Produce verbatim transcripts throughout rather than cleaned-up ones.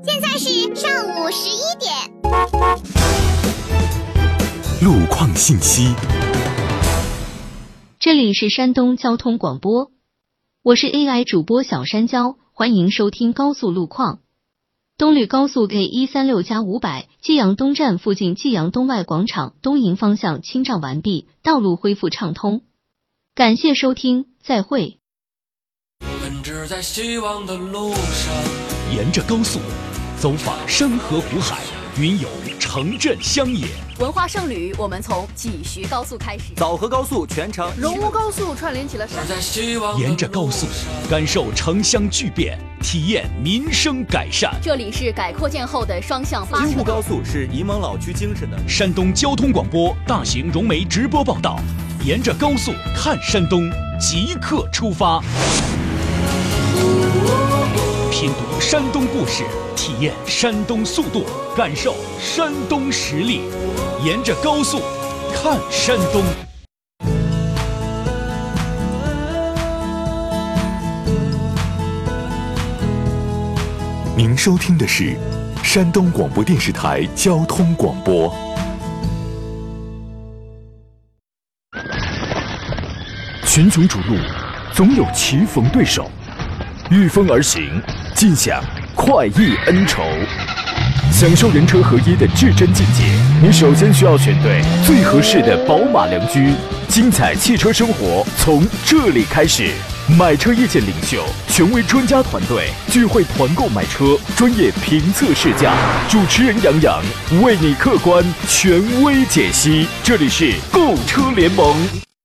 现在是上午十一点。 路况信息， 这里是山东交通广播，我是 A I 主播小山椒，欢迎收听高速路况。东吕高速 K 一三六加五百济阳东站附近济阳东外广场东营方向清障完毕，道路恢复畅通。感谢收听，再会。 我们只在希望的路上， 沿着高速走访山河湖海，云游城镇乡野。 文化盛旅，我们从济徐高速开始， 枣河高速全程， 荣乌高速串联起了山。 沿着高速，感受城乡巨变，体验民生改善。 这里是改扩建后的双向八车道。 京沪高速是沂蒙老区精神的。 山东交通广播大型融媒直播报道，沿着高速看山东，即刻出发。品读山东故事，体验山东速度，感受山东实力。沿着高速看山东。您收听的是山东广播电视台交通广播。群雄逐鹿，总有棋逢对手。御风而行，尽享快意恩仇，享受人车合一的至臻境界。你首先需要选对最合适的宝马良驹，精彩汽车生活从这里开始。买车意见领袖，权威专家团队聚会团购买车，专业评测试驾，主持人杨洋为你客观权威解析。这里是购车联盟。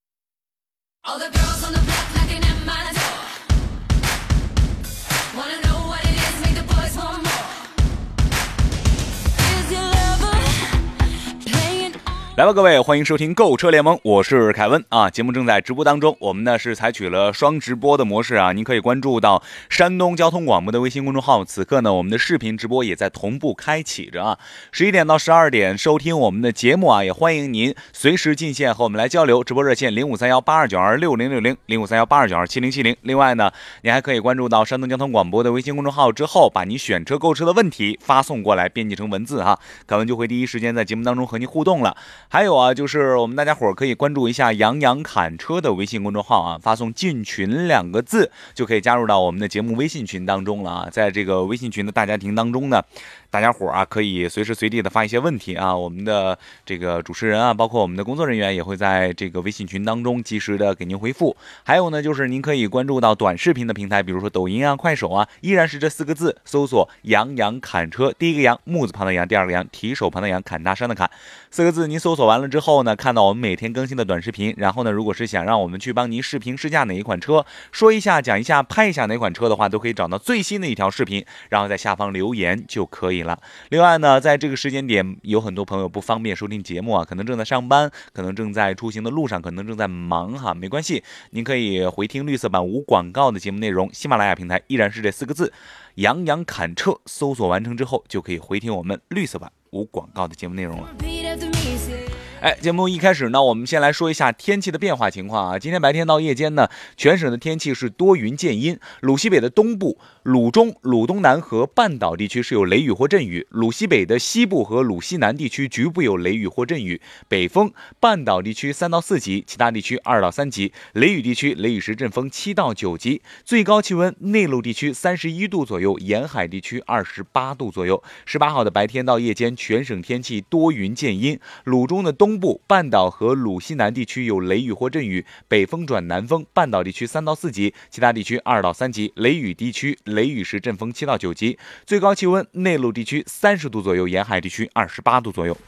来吧，各位，欢迎收听购车联盟，我是凯文啊。节目正在直播当中，我们呢是采取了双直播的模式啊。您可以关注到山东交通广播的微信公众号，此刻呢我们的视频直播也在同步开启着啊。十一点到十二点收听我们的节目啊，也欢迎您随时进线和我们来交流。直播热线零五三幺八二九二六零六零零五三幺八二九二七零七零。另外呢，您还可以关注到山东交通广播的微信公众号之后，把你选车购车的问题发送过来，编辑成文字哈，凯文就会第一时间在节目当中和您互动了。还有啊，就是我们大家伙可以关注一下杨洋侃车的微信公众号啊，发送进群两个字就可以加入到我们的节目微信群当中了啊。在这个微信群的大家庭当中呢，大家伙啊可以随时随地的发一些问题啊，我们的这个主持人啊，包括我们的工作人员也会在这个微信群当中及时的给您回复。还有呢，就是您可以关注到短视频的平台，比如说抖音啊、快手啊，依然是这四个字，搜索杨洋侃车，第一个杨木字旁的杨，第二个杨提手旁的杨，侃大山的侃，四个字您搜索完了之后呢，看到我们每天更新的短视频，然后呢，如果是想让我们去帮您视频试驾哪一款车，说一下讲一下拍一下哪款车的话，都可以找到最新的一条视频，然后在下方留言就可以了。另外呢，在这个时间点有很多朋友不方便收听节目啊，可能正在上班，可能正在出行的路上，可能正在忙哈，没关系，您可以回听绿色版无广告的节目内容，喜马拉雅平台依然是这四个字杨洋侃车，搜索完成之后就可以回听我们绿色版无广告的节目内容了。哎，节目一开始呢，我们先来说一下天气的变化情况啊。今天白天到夜间呢，全省的天气是多云见阴。鲁西北的东部、鲁中、鲁东南和半岛地区是有雷雨或阵雨，鲁西北的西部和鲁西南地区局部有雷雨或阵雨，北风，半岛地区三到四级，其他地区二到三级，雷雨地区雷雨时阵风七到九级，最高气温内陆地区三十一度左右，沿海地区二十八度左右。十八号的白天到夜间，全省天气多云见阴，鲁中的东东部、半岛和鲁西南地区有雷雨或阵雨，北风转南风，半岛地区三到四级，其他地区二到三级，雷雨地区雷雨时阵风七到九级，最高气温内陆地区三十度左右，沿海地区二十八度左右。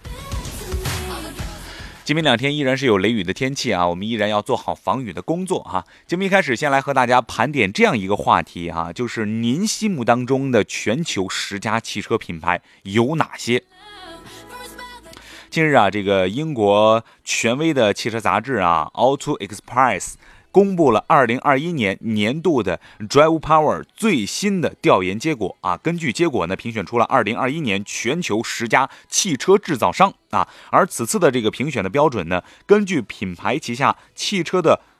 今明两天依然是有雷雨的天气啊，我们依然要做好防雨的工作哈。节目一开始，先来和大家盘点这样一个话题哈，就是您心目当中的全球十佳汽车品牌有哪些？近日啊，这个英国权威的汽车杂志啊 Auto Express 公布了二零二一年年度的 Drive Power 最新的调研结果啊。根据结果呢，评选出了二零二一年全球十家汽车制造商啊。而此次的这个评选的标准呢，根据品牌旗下汽车的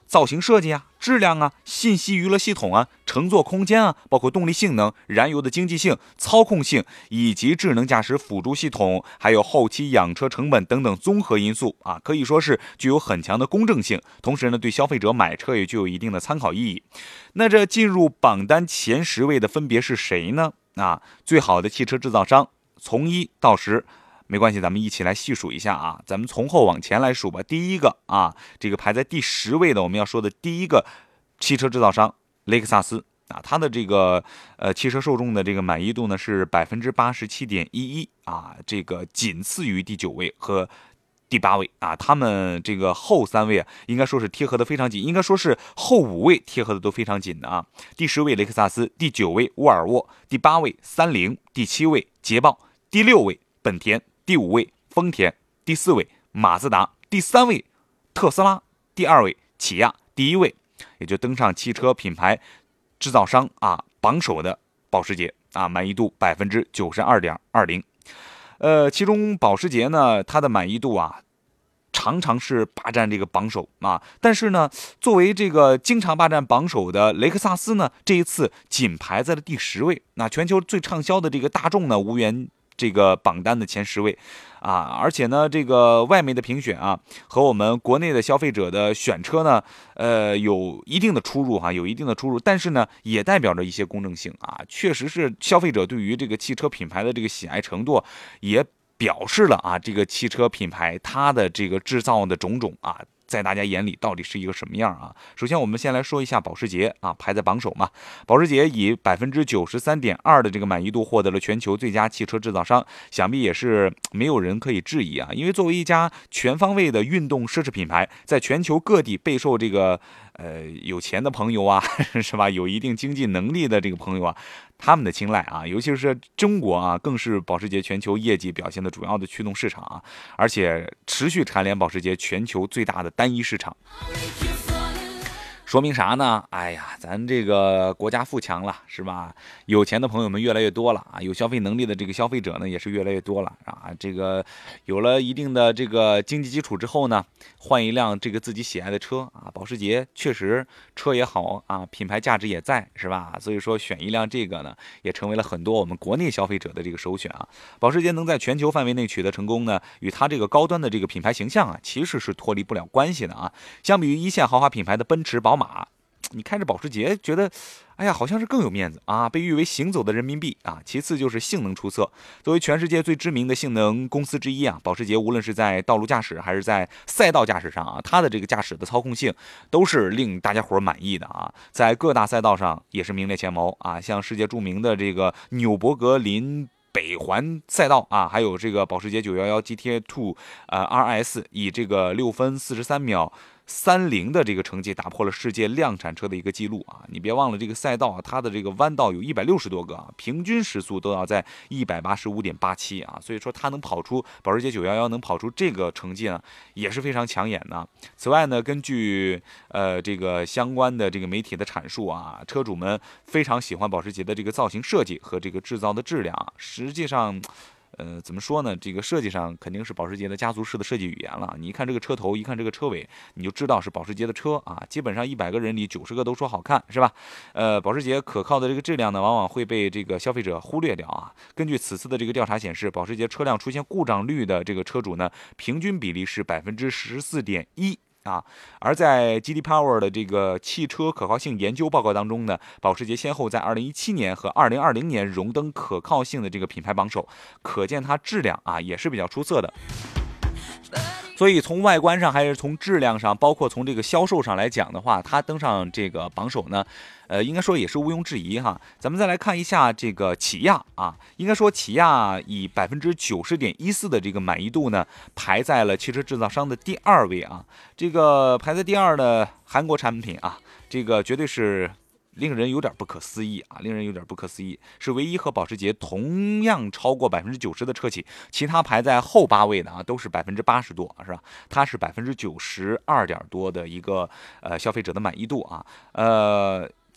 造型设计啊、质量啊、信息娱乐系统啊、乘坐空间啊，包括动力性能、燃油的经济性、操控性，以及智能驾驶辅助系统，还有后期养车成本等等综合因素啊，可以说是具有很强的公正性。同时呢，对消费者买车也具有一定的参考意义。那这进入榜单前十位的分别是谁呢？啊，最好的汽车制造商，从一到十。没关系，咱们一起来细数一下啊。咱们从后往前来数吧。第一个啊，这个排在第十位的，我们要说的第一个汽车制造商雷克萨斯啊，它的这个呃汽车受众的这个满意度呢是百分之八十七点一一啊，这个仅次于第九位和第八位啊。他们这个后三位啊，应该说是贴合的非常紧，应该说是后五位贴合的都非常紧的啊。第十位雷克萨斯，第九位沃尔沃，第八位三菱，第七位捷豹，第六位本田。第五位丰田，第四位马自达，第三位特斯拉，第二位起亚，第一位也就登上汽车品牌制造商啊榜首的保时捷啊，满意度百分之九十二点二零。呃，其中保时捷呢，它的满意度啊常常是霸占这个榜首啊，但是呢，作为这个经常霸占榜首的雷克萨斯呢，这一次仅排在了第十位。那全球最畅销的这个大众呢，无缘这个榜单的前十位啊，而且呢，这个外媒的评选啊，和我们国内的消费者的选车呢，呃，有一定的出入哈、啊，有一定的出入，但是呢，也代表着一些公正性啊，确实是消费者对于这个汽车品牌的这个喜爱程度，也表示了啊，这个汽车品牌它的这个制造的种种啊，在大家眼里到底是一个什么样啊？首先，我们先来说一下保时捷啊，排在榜首嘛。保时捷以百分之九十三点二的这个满意度获得了全球最佳汽车制造商，想必也是没有人可以质疑啊。因为作为一家全方位的运动奢侈品牌，在全球各地备受这个呃有钱的朋友啊，是吧？有一定经济能力的这个朋友啊，他们的青睐啊，尤其是中国啊，更是保时捷全球业绩表现的主要的驱动市场啊，而且持续蝉联保时捷全球最大的单一市场。说明啥呢？哎呀，咱这个国家富强了，是吧？有钱的朋友们越来越多了啊，有消费能力的这个消费者呢也是越来越多了啊。这个有了一定的这个经济基础之后呢，换一辆这个自己喜爱的车啊，保时捷确实车也好啊，品牌价值也在，是吧？所以说选一辆这个呢，也成为了很多我们国内消费者的这个首选啊。保时捷能在全球范围内取得成功呢，与它这个高端的这个品牌形象啊，其实是脱离不了关系的啊。相比于一线豪华品牌的奔驰、宝马。马，你开着保时捷觉得，哎呀，好像是更有面子啊，被誉为行走的人民币啊。其次就是性能出色，作为全世界最知名的性能公司之一啊，保时捷无论是在道路驾驶还是在赛道驾驶上啊，它的这个驾驶的操控性都是令大家伙满意的啊，在各大赛道上也是名列前茅啊，像世界著名的这个纽博格林北环赛道啊，还有这个保时捷九一一 G T A 二 呃 R S 以这个六分四十三秒三零的这个成绩打破了世界量产车的一个记录啊！你别忘了这个赛道啊，它的这个弯道有一百六十多个啊，平均时速都要在一百八十五点八七啊，所以说它能跑出保时捷九一一能跑出这个成绩呢，也是非常抢眼的。此外呢，根据呃这个相关的这个媒体的阐述啊，车主们非常喜欢保时捷的这个造型设计和这个制造的质量啊，实际上。呃，怎么说呢？这个设计上肯定是保时捷的家族式的设计语言了。你一看这个车头，一看这个车尾，你就知道是保时捷的车啊。基本上一百个人里九十个都说好看，是吧？呃，保时捷可靠的这个质量呢，往往会被这个消费者忽略掉啊。根据此次的这个调查显示，保时捷车辆出现故障率的这个车主呢，平均比例是百分之十四点一。啊，而在 J D Power 的这个汽车可靠性研究报告当中呢，保时捷先后在二零一七年和二零二零年荣登可靠性的这个品牌榜首，可见它质量啊也是比较出色的。所以从外观上还是从质量上，包括从这个销售上来讲的话，它登上这个榜首呢，呃，应该说也是毋庸置疑哈。咱们再来看一下这个起亚啊，应该说起亚以百分之九十点一四的这个满意度呢，排在了汽车制造商的第二位啊。这个排在第二的韩国产品啊，这个绝对是。令人有点不可思议啊！令人有点不可思议，是唯一和保时捷同样超过百分之九十的车企，其他排在后八位的啊，都是百分之八十多，是吧？它是百分之九十二点多的一个呃消费者的满意度啊，呃。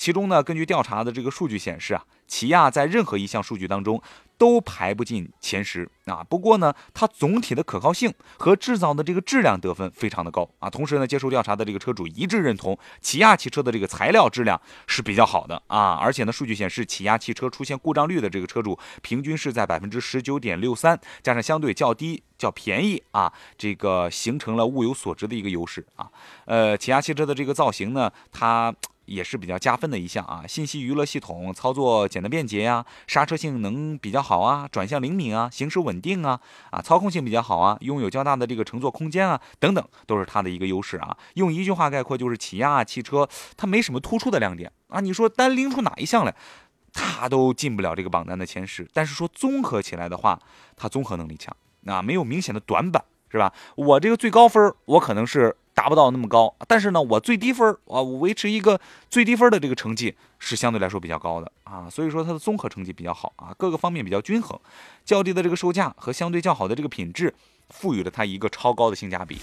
其中呢，根据调查的这个数据显示啊，起亚在任何一项数据当中都排不进前十啊。不过呢，它总体的可靠性和制造的这个质量得分非常的高啊。同时呢，接受调查的这个车主一致认同，起亚汽车的这个材料质量是比较好的啊。而且呢，数据显示，起亚汽车出现故障率的这个车主平均是在百分之十九点六三，加上相对较低、较便宜啊，这个形成了物有所值的一个优势啊。呃，起亚汽车的这个造型呢，它也是比较加分的一项啊，信息娱乐系统操作简单便捷呀、啊，刹车性能比较好啊，转向灵敏啊，行驶稳定啊，啊，操控性比较好啊，拥有较大的这个乘坐空间啊，等等，都是它的一个优势啊。用一句话概括，就是起亚汽车它没什么突出的亮点啊。你说单拎出哪一项来，它都进不了这个榜单的前十。但是说综合起来的话，它综合能力强，啊，没有明显的短板，是吧？我这个最高分，我可能是达不到那么高，但是呢，我最低分啊，我维持一个最低分的这个成绩是相对来说比较高的啊，所以说它的综合成绩比较好啊，各个方面比较均衡，较低的这个售价和相对较好的这个品质，赋予了它一个超高的性价比。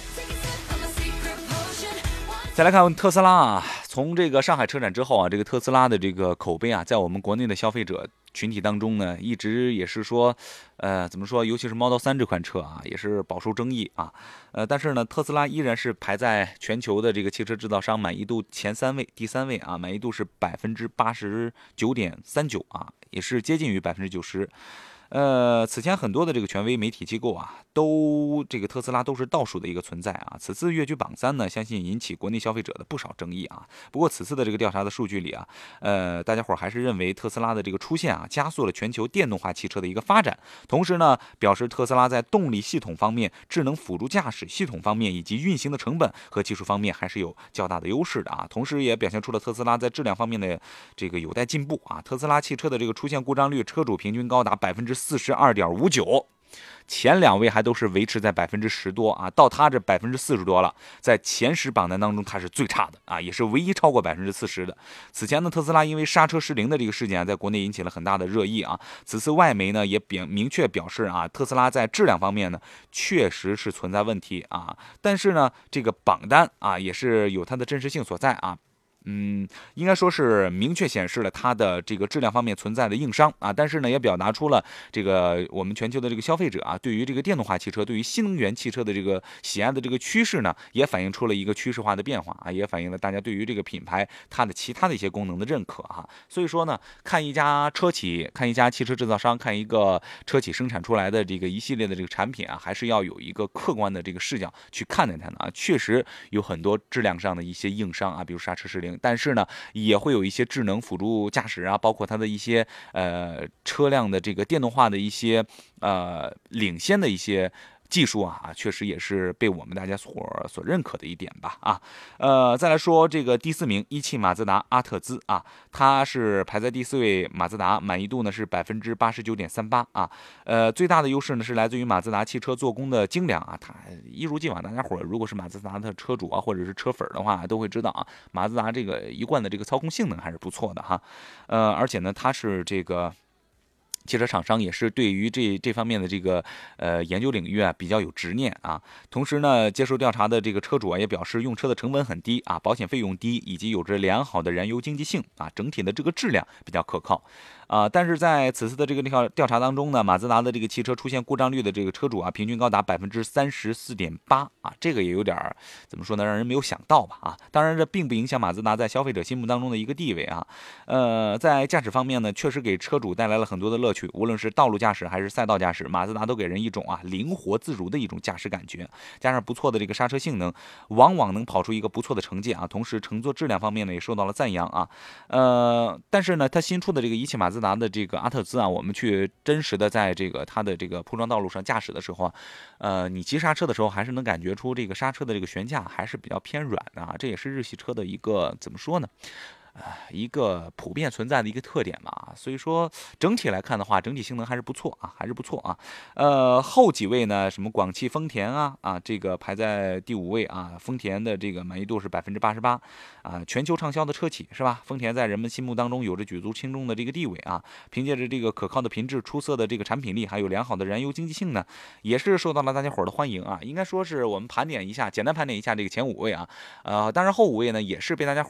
再来看特斯拉啊，从这个上海车展之后啊，这个特斯拉的这个口碑啊，在我们国内的消费者群体当中呢，一直也是说，呃，怎么说？尤其是 Model 三这款车啊，也是饱受争议啊。呃，但是呢，特斯拉依然是排在全球的这个汽车制造商满意度前三位，第三位啊，满意度是百分之八十九点三九啊，也是接近于百分之九十。呃，此前很多的这个权威媒体机构啊，都这个特斯拉都是倒数的一个存在啊。此次跃居榜三呢，相信引起国内消费者的不少争议啊。不过此次的这个调查的数据里啊，呃，大家伙还是认为特斯拉的这个出现啊，加速了全球电动化汽车的一个发展。同时呢，表示特斯拉在动力系统方面、智能辅助驾驶系统方面以及运行的成本和技术方面还是有较大的优势的啊。同时也表现出了特斯拉在质量方面的这个有待进步啊。特斯拉汽车的这个出现故障率，车主平均高达百分之四十二点五九，前两位还都是维持在百分之十多啊，到它这百分之四十多了，在前十榜单当中它是最差的啊，也是唯一超过百分之四十的。此前呢，特斯拉因为刹车失灵的这个事件啊，在国内引起了很大的热议啊。此次外媒呢也表明确表示啊，特斯拉在质量方面呢确实是存在问题啊，但是呢，这个榜单啊也是有它的真实性所在啊。嗯，应该说是明确显示了它的这个质量方面存在的硬伤啊，但是呢，也表达出了这个我们全球的这个消费者啊，对于这个电动化汽车、对于新能源汽车的这个喜爱的这个趋势呢，也反映出了一个趋势化的变化啊，也反映了大家对于这个品牌它的其他的一些功能的认可哈、啊。所以说呢，看一家车企、看一家汽车制造商、看一个车企生产出来的这个一系列的这个产品啊，还是要有一个客观的这个视角去看待它的啊。确实有很多质量上的一些硬伤啊，比如刹车失灵。但是呢，也会有一些智能辅助驾驶啊，包括它的一些呃车辆的这个电动化的一些呃领先的一些技术啊，确实也是被我们大家所所认可的一点吧啊。呃，再来说这个第四名，一汽马自达阿特兹啊，它是排在第四位，马自达满意度呢是百分之八十九点三八啊。呃，最大的优势呢是来自于马自达汽车做工的精良啊。它一如既往，大家伙如果是马自达的车主啊，或者是车粉的话，都会知道啊，马自达这个一贯的这个操控性能还是不错的哈。呃，而且呢，它是这个。汽车厂商也是对于这这方面的这个呃研究领域啊比较有执念啊。同时呢，接受调查的这个车主啊也表示，用车的成本很低啊，保险费用低，以及有着良好的燃油经济性啊，整体的这个质量比较可靠啊。但是在此次的这个调调查当中呢，马自达的这个汽车出现故障率的这个车主啊，平均高达百分之三十四点八啊，这个也有点怎么说呢，让人没有想到吧啊。当然，这并不影响马自达在消费者心目当中的一个地位啊。呃，在驾驶方面呢，确实给车主带来了很多的乐趣。无论是道路驾驶还是赛道驾驶，马自达都给人一种啊灵活自如的一种驾驶感觉，加上不错的这个刹车性能，往往能跑出一个不错的成绩啊。同时乘坐质量方面呢也受到了赞扬啊。呃，但是呢，它新出的这个一汽马自达的这个阿特兹啊，我们去真实的在这个它的这个铺装道路上驾驶的时候啊，呃，你急刹车的时候还是能感觉出这个刹车的这个悬架还是比较偏软的啊。这也是日系车的一个怎么说呢？一个普遍存在的一个特点嘛，所以说整体来看的话，整体性能还是不错啊，还是不错啊。呃，后几位呢，什么广汽丰田啊啊，这个排在第五位啊，丰田的这个满意度是百分之八十八啊，全球畅销的车企是吧？丰田在人们心目当中有着举足轻重的这个地位啊，凭借着这个可靠的品质、出色的这个产品力，还有良好的燃油经济性呢，也是受到了大家伙的欢迎啊。应该说是我们盘点一下，简单盘点一下这个前五位啊，呃，当然后五位呢也是被大家伙啊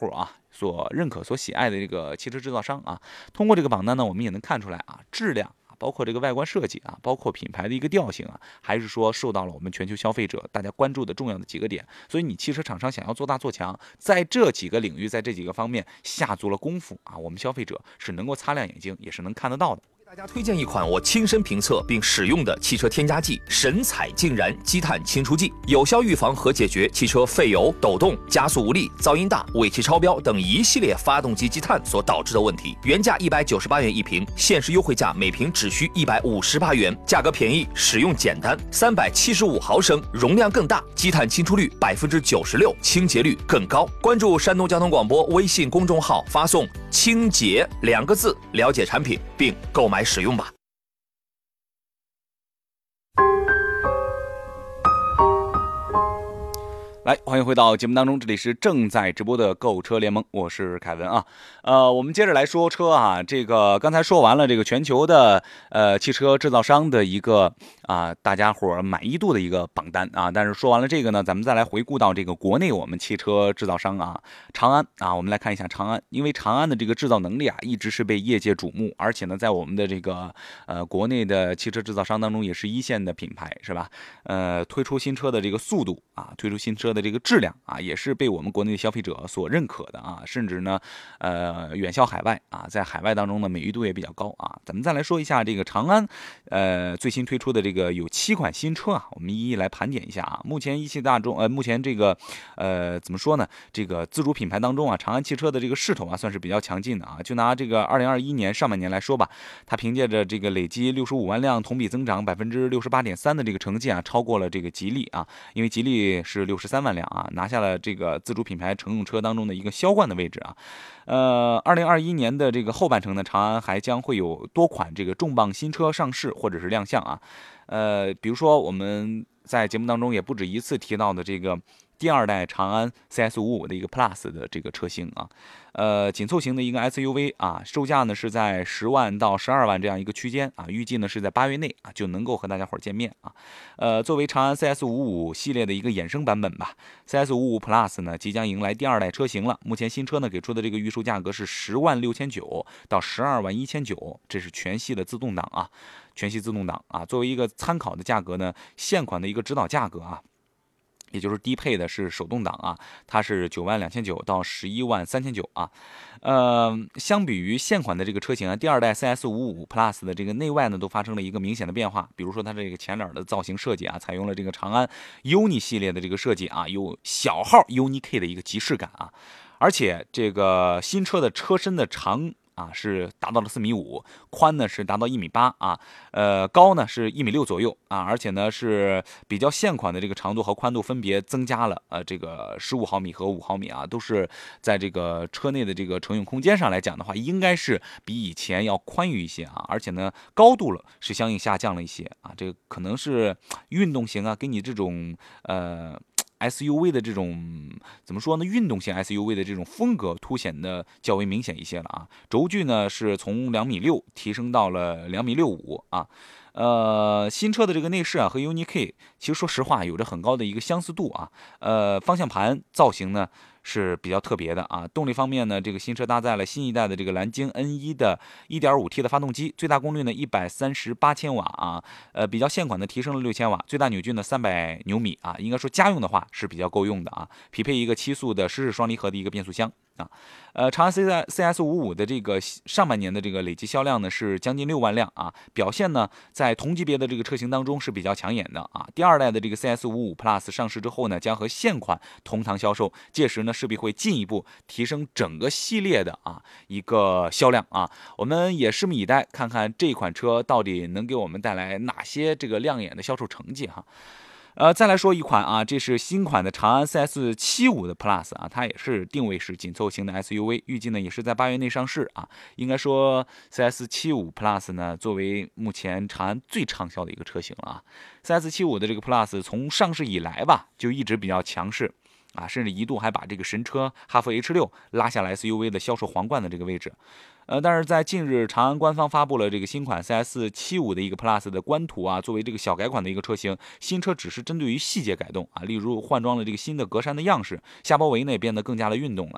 所认可、所喜爱的这个汽车制造商啊。通过这个榜单呢，我们也能看出来啊，质量。包括这个外观设计啊，包括品牌的一个调性啊，还是说受到了我们全球消费者大家关注的重要的几个点。所以你汽车厂商想要做大做强，在这几个领域，在这几个方面下足了功夫啊，我们消费者是能够擦亮眼睛，也是能看得到的。 大家推荐一款我亲身评测并使用的汽车添加剂神采净燃积碳清除剂，有效预防和解决汽车费油、抖动、加速无力、噪音大、尾气超标等一系列发动机积碳所导致的问题。原价一百九十八元一瓶，限时优惠价每瓶只需一百五十八元，价格便宜，使用简单。三百七十五毫升，容量更大，积碳清除率百分之九十六，清洁率更高。关注山东交通广播微信公众号，发送“清洁”两个字，了解产品并购买使用吧。 来，欢迎回到节目当中，这里是正在直播的购车联盟，我是凯文啊。呃，我们接着来说车啊，这个刚才说完了这个全球的呃汽车制造商的一个啊、呃、大家伙满意度的一个榜单啊，但是说完了这个呢，咱们再来回顾到这个国内我们汽车制造商啊，长安啊，我们来看一下长安，因为长安的这个制造能力啊，一直是被业界瞩目，而且呢，在我们的这个呃国内的汽车制造商当中也是一线的品牌，是吧？呃，推出新车的这个速度啊，推出新车的这个质量啊，也是被我们国内的消费者所认可的啊，甚至呢，呃，远销海外啊，在海外当中呢，美誉度也比较高啊。咱们再来说一下这个长安，呃，最新推出的这个有七款新车啊，我们一一来盘点一下啊。目前一汽大众，呃，目前这个，呃，怎么说呢？这个自主品牌当中啊，长安汽车的这个势头啊，算是比较强劲的啊。就拿这个二零二一年上半年来说吧，它凭借着这个累积六十五万辆，同比增长百分之六十八点三的这个成绩啊，超过了这个吉利啊，因为吉利是六十三万辆啊。拿下了这个自主品牌乘用车当中的一个销冠的位置啊，呃，二零二一年的这个后半程呢，长安还将会有多款这个重磅新车上市或者是亮相啊，呃，比如说我们在节目当中也不止一次提到的这个第二代长安 C S 五十五 的一个 Plus 的这个车型啊，呃，紧凑型的一个 S U V 啊，售价呢是在十万到十二万这样一个区间啊，预计呢是在八月内啊就能够和大家伙见面啊。呃，作为长安 C S 五十五 系列的一个衍生版本吧 ，C S 五十五 Plus 呢即将迎来第二代车型了。目前新车呢给出的这个预售价格是十万六千九到十二万一千九，这是全系的自动挡啊，全系自动挡啊。作为一个参考的价格呢，现款的一个指导价格啊。也就是低配的是手动挡啊，它是九万两千九到十一万三千九啊，呃，相比于现款的这个车型啊，第二代 C S 五十五 Plus 的这个内外呢都发生了一个明显的变化，比如说它这个前脸的造型设计啊，采用了这个长安 Uni 系列的这个设计啊，有小号 Uni K 的一个即视感啊，而且这个新车的车身的长啊，是达到了四米五，宽呢是达到一米八啊，呃，高呢是一米六左右啊，而且呢是比较现款的这个长度和宽度分别增加了呃这个十五毫米和五毫米啊，都是在这个车内的这个乘用空间上来讲的话，应该是比以前要宽裕一些啊，而且呢高度了是相应下降了一些啊，这个可能是运动型啊，给你这种呃。S U V 的这种怎么说呢？运动型 S U V 的这种风格凸显的较为明显一些了啊。轴距呢是从两米六提升到了两米六五啊。呃，新车的这个内饰啊和 Uni K 其实说实话有着很高的一个相似度啊。呃，方向盘造型呢是比较特别的啊。动力方面呢，这个新车搭载了新一代的这个蓝鲸 N 一 的 一点五 T 的发动机，最大功率呢一百三十八千瓦啊，呃，比较现款的提升了六千瓦，最大扭矩呢三百牛米啊，应该说家用的话是比较够用的啊，匹配一个七速的湿式双离合的一个变速箱。啊，呃，长安 C S 五十五 的这个上半年的这个累计销量呢是将近六万辆啊，表现呢在同级别的这个车型当中是比较抢眼的啊。第二代的这个 C S 五十五 Plus 上市之后呢，将和现款同堂销售，届时呢势必会进一步提升整个系列的啊一个销量啊。我们也拭目以待，看看这款车到底能给我们带来哪些这个亮眼的销售成绩哈。呃，再来说一款啊，这是新款的长安 C S 七十五 的 Plus 啊，它也是定位是紧凑型的 S U V， 预计呢也是在八月内上市啊。应该说 C S 七十五 Plus 呢，作为目前长安最畅销的一个车型了啊。C S 七十五 的这个 Plus 从上市以来吧，就一直比较强势啊，甚至一度还把这个神车哈弗 H 六 拉下了 S U V 的销售皇冠的这个位置。呃，但是在近日，长安官方发布了这个新款 C S 七十五 的一个 Plus 的官图啊，作为这个小改款的一个车型，新车只是针对于细节改动啊，例如换装了这个新的格栅的样式，下包围呢也变得更加的运动了。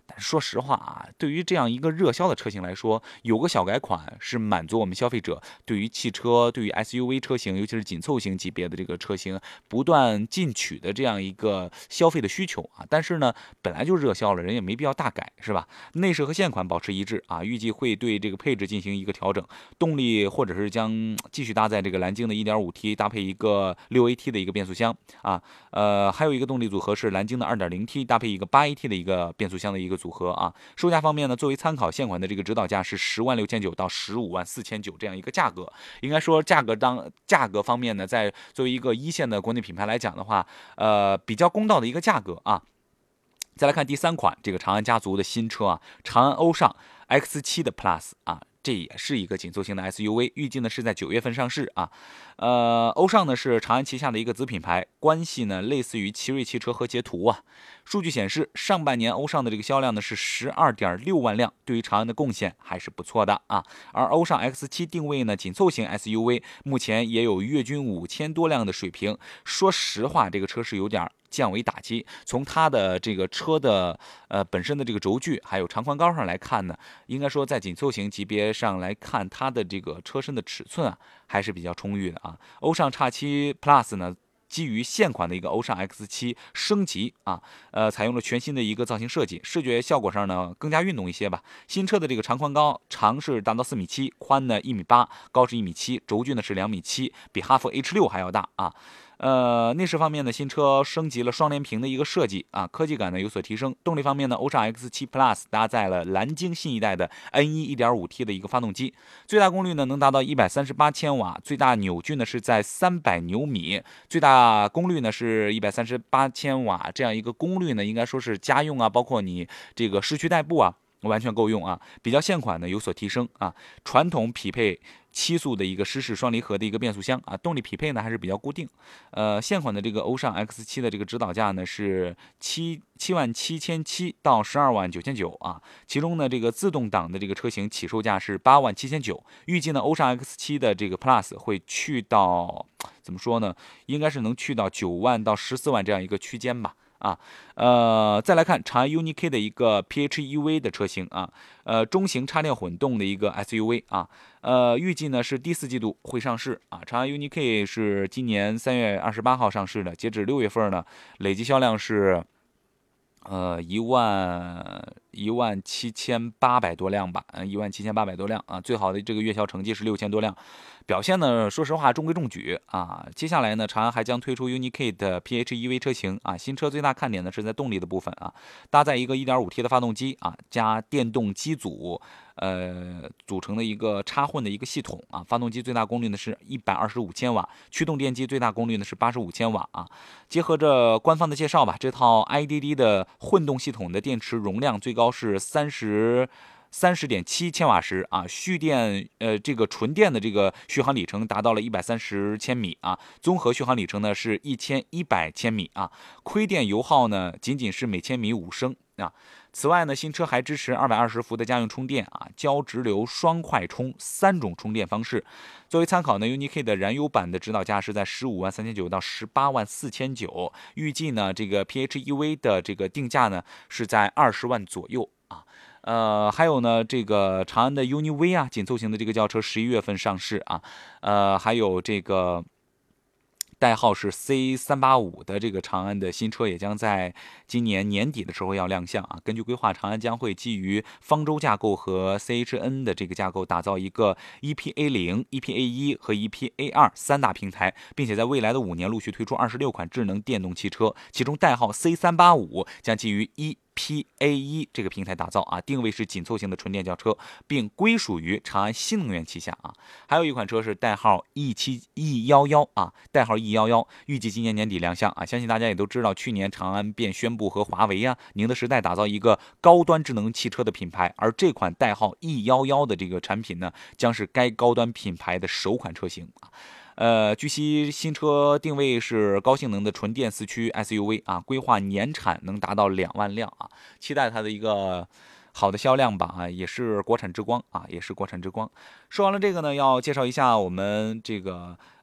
但是说实话啊，对于这样一个热销的车型来说，有个小改款是满足我们消费者对于汽车、对于 S U V 车型，尤其是紧凑型级别的这个车型不断进取的这样一个消费的需求啊。但是呢，本来就热销了，人也没必要大改，是吧？内饰和现款保持一致啊，预计会对这个配置进行一个调整，动力或者是将继续搭载这个蓝鲸的 一点五 T， 搭配一个 六 A T 的一个变速箱啊，呃，还有一个动力组合是蓝鲸的 二点零 T， 搭配一个 八 A T 的一个变速箱的一个组合啊。售价方面呢，作为参考，现款的这个指导价是十万六千九到十五万四千九这样一个价格。应该说价格当价格方面呢，在作为一个一线的国内品牌来讲的话，呃，比较公道的一个价格啊。再来看第三款，这个长安家族的新车啊，长安欧尚 X 七 的 Plus 啊。这也是一个紧凑型的 S U V， 预计呢是在九月份上市啊。呃，欧尚呢是长安旗下的一个子品牌，关系呢类似于奇瑞汽车和捷途啊。数据显示，上半年欧尚的这个销量呢是 十二点六万辆，对于长安的贡献还是不错的啊。而欧尚 X 七 定位呢紧凑型 S U V， 目前也有月均五千多辆的水平。说实话，这个车是有点降维打击。从它的这个车的呃本身的这个轴距还有长宽高上来看呢，应该说在紧凑型级别上来看，它的这个车身的尺寸啊还是比较充裕的啊。欧尚 X 七 Plus 呢，基于现款的一个欧尚 X 七 升级啊，呃，采用了全新的一个造型设计，视觉效果上呢更加运动一些吧。新车的这个长宽高，长是达到四米七，宽呢一米八，高是一米七，轴距呢是两米七，比哈弗 H 六还要大啊。呃，内饰方面呢，新车升级了双联屏的一个设计啊，科技感呢有所提升。动力方面呢，欧尚 X 七 Plus 搭载了蓝鲸新一代的 N 一 一点五 T 的一个发动机，最大功率呢能达到一百三十八千瓦，最大扭矩呢是在三百牛米，最大功率呢是一百三十八千瓦，这样一个功率呢应该说是家用啊，包括你这个市区代步啊，完全够用啊。比较现款呢有所提升啊，传统匹配七速的一个湿式双离合的一个变速箱啊，动力匹配呢还是比较固定。呃，现款的这个欧尚 X 七 的这个指导价呢是七七万七千七到十二万九千九啊，其中呢这个自动挡的这个车型起售价是八万七千九。预计呢欧尚 X 七 的这个 Plus 会去到怎么说呢？应该是能去到九万到十四万这样一个区间吧。啊，呃，再来看长安 U N I-K 的一个 P H E V 的车型啊，呃，中型插电混动的一个 S U V 啊，呃，预计呢是第四季度会上市啊。长安 U N I-K 是今年三月二十八号上市的，截止六月份呢，累计销量是呃一万一万七千八百多辆吧，嗯，一万七千八百多辆啊，最好的这个月销成绩是六千多辆。表现呢，说实话中规中矩啊。接下来呢，长安还将推出 U N I-K 的 P H E V 车型啊。新车最大看点呢是在动力的部分啊，搭载一个 一点五 T 的发动机啊，加电动机组，呃，组成的一个插混的一个系统啊。发动机最大功率呢是一百二十五千瓦，驱动电机最大功率呢是八十五千瓦啊。结合着官方的介绍吧，这套 I D D 的混动系统的电池容量最高是三十。三十点七千瓦时啊，蓄电呃这个纯电的这个续航里程达到了一百三十千米啊，综合续航里程呢是一千一百千米啊，亏电油耗呢仅仅是每千米五升啊。此外呢，新车还支持二百二十伏的家用充电啊，交直流双快充三种充电方式。作为参考呢 ，U N I-K 的燃油版的指导价是在十五万三千九到十八万四千九，预计呢这个 P H E V 的这个定价呢是在二十万左右啊。呃，还有呢，这个长安的 U N I-V 啊，紧凑型的这个轿车十一月份上市啊，呃，还有这个代号是 C 三八五 的这个长安的新车也将在今年年底的时候要亮相啊。根据规划，长安将会基于方舟架构和 C H N 的这个架构，打造一个 E P A 零、E P A 一 和 E P A 二 三大平台，并且在未来的五年陆续推出二十六款智能电动汽车，其中代号 C 三八五 将基于一。P A 一 这个平台打造啊，定位是紧凑型的纯电轿车，并归属于长安新能源旗下啊。还有一款车是代号 E 七 E 一一啊，代号 E 一一，预计今年年底亮相啊。相信大家也都知道，去年长安便宣布和华为啊、宁德时代打造一个高端智能汽车的品牌，而这款代号 E 一一的这个产品呢，将是该高端品牌的首款车型啊。呃，据悉新车定位是高性能的纯电四驱 S U V 啊，规划年产能达到两万辆啊，期待它的一个好的销量吧啊，也是国产之光啊，也是国产之光。说完了这个呢，要介绍一下我们这个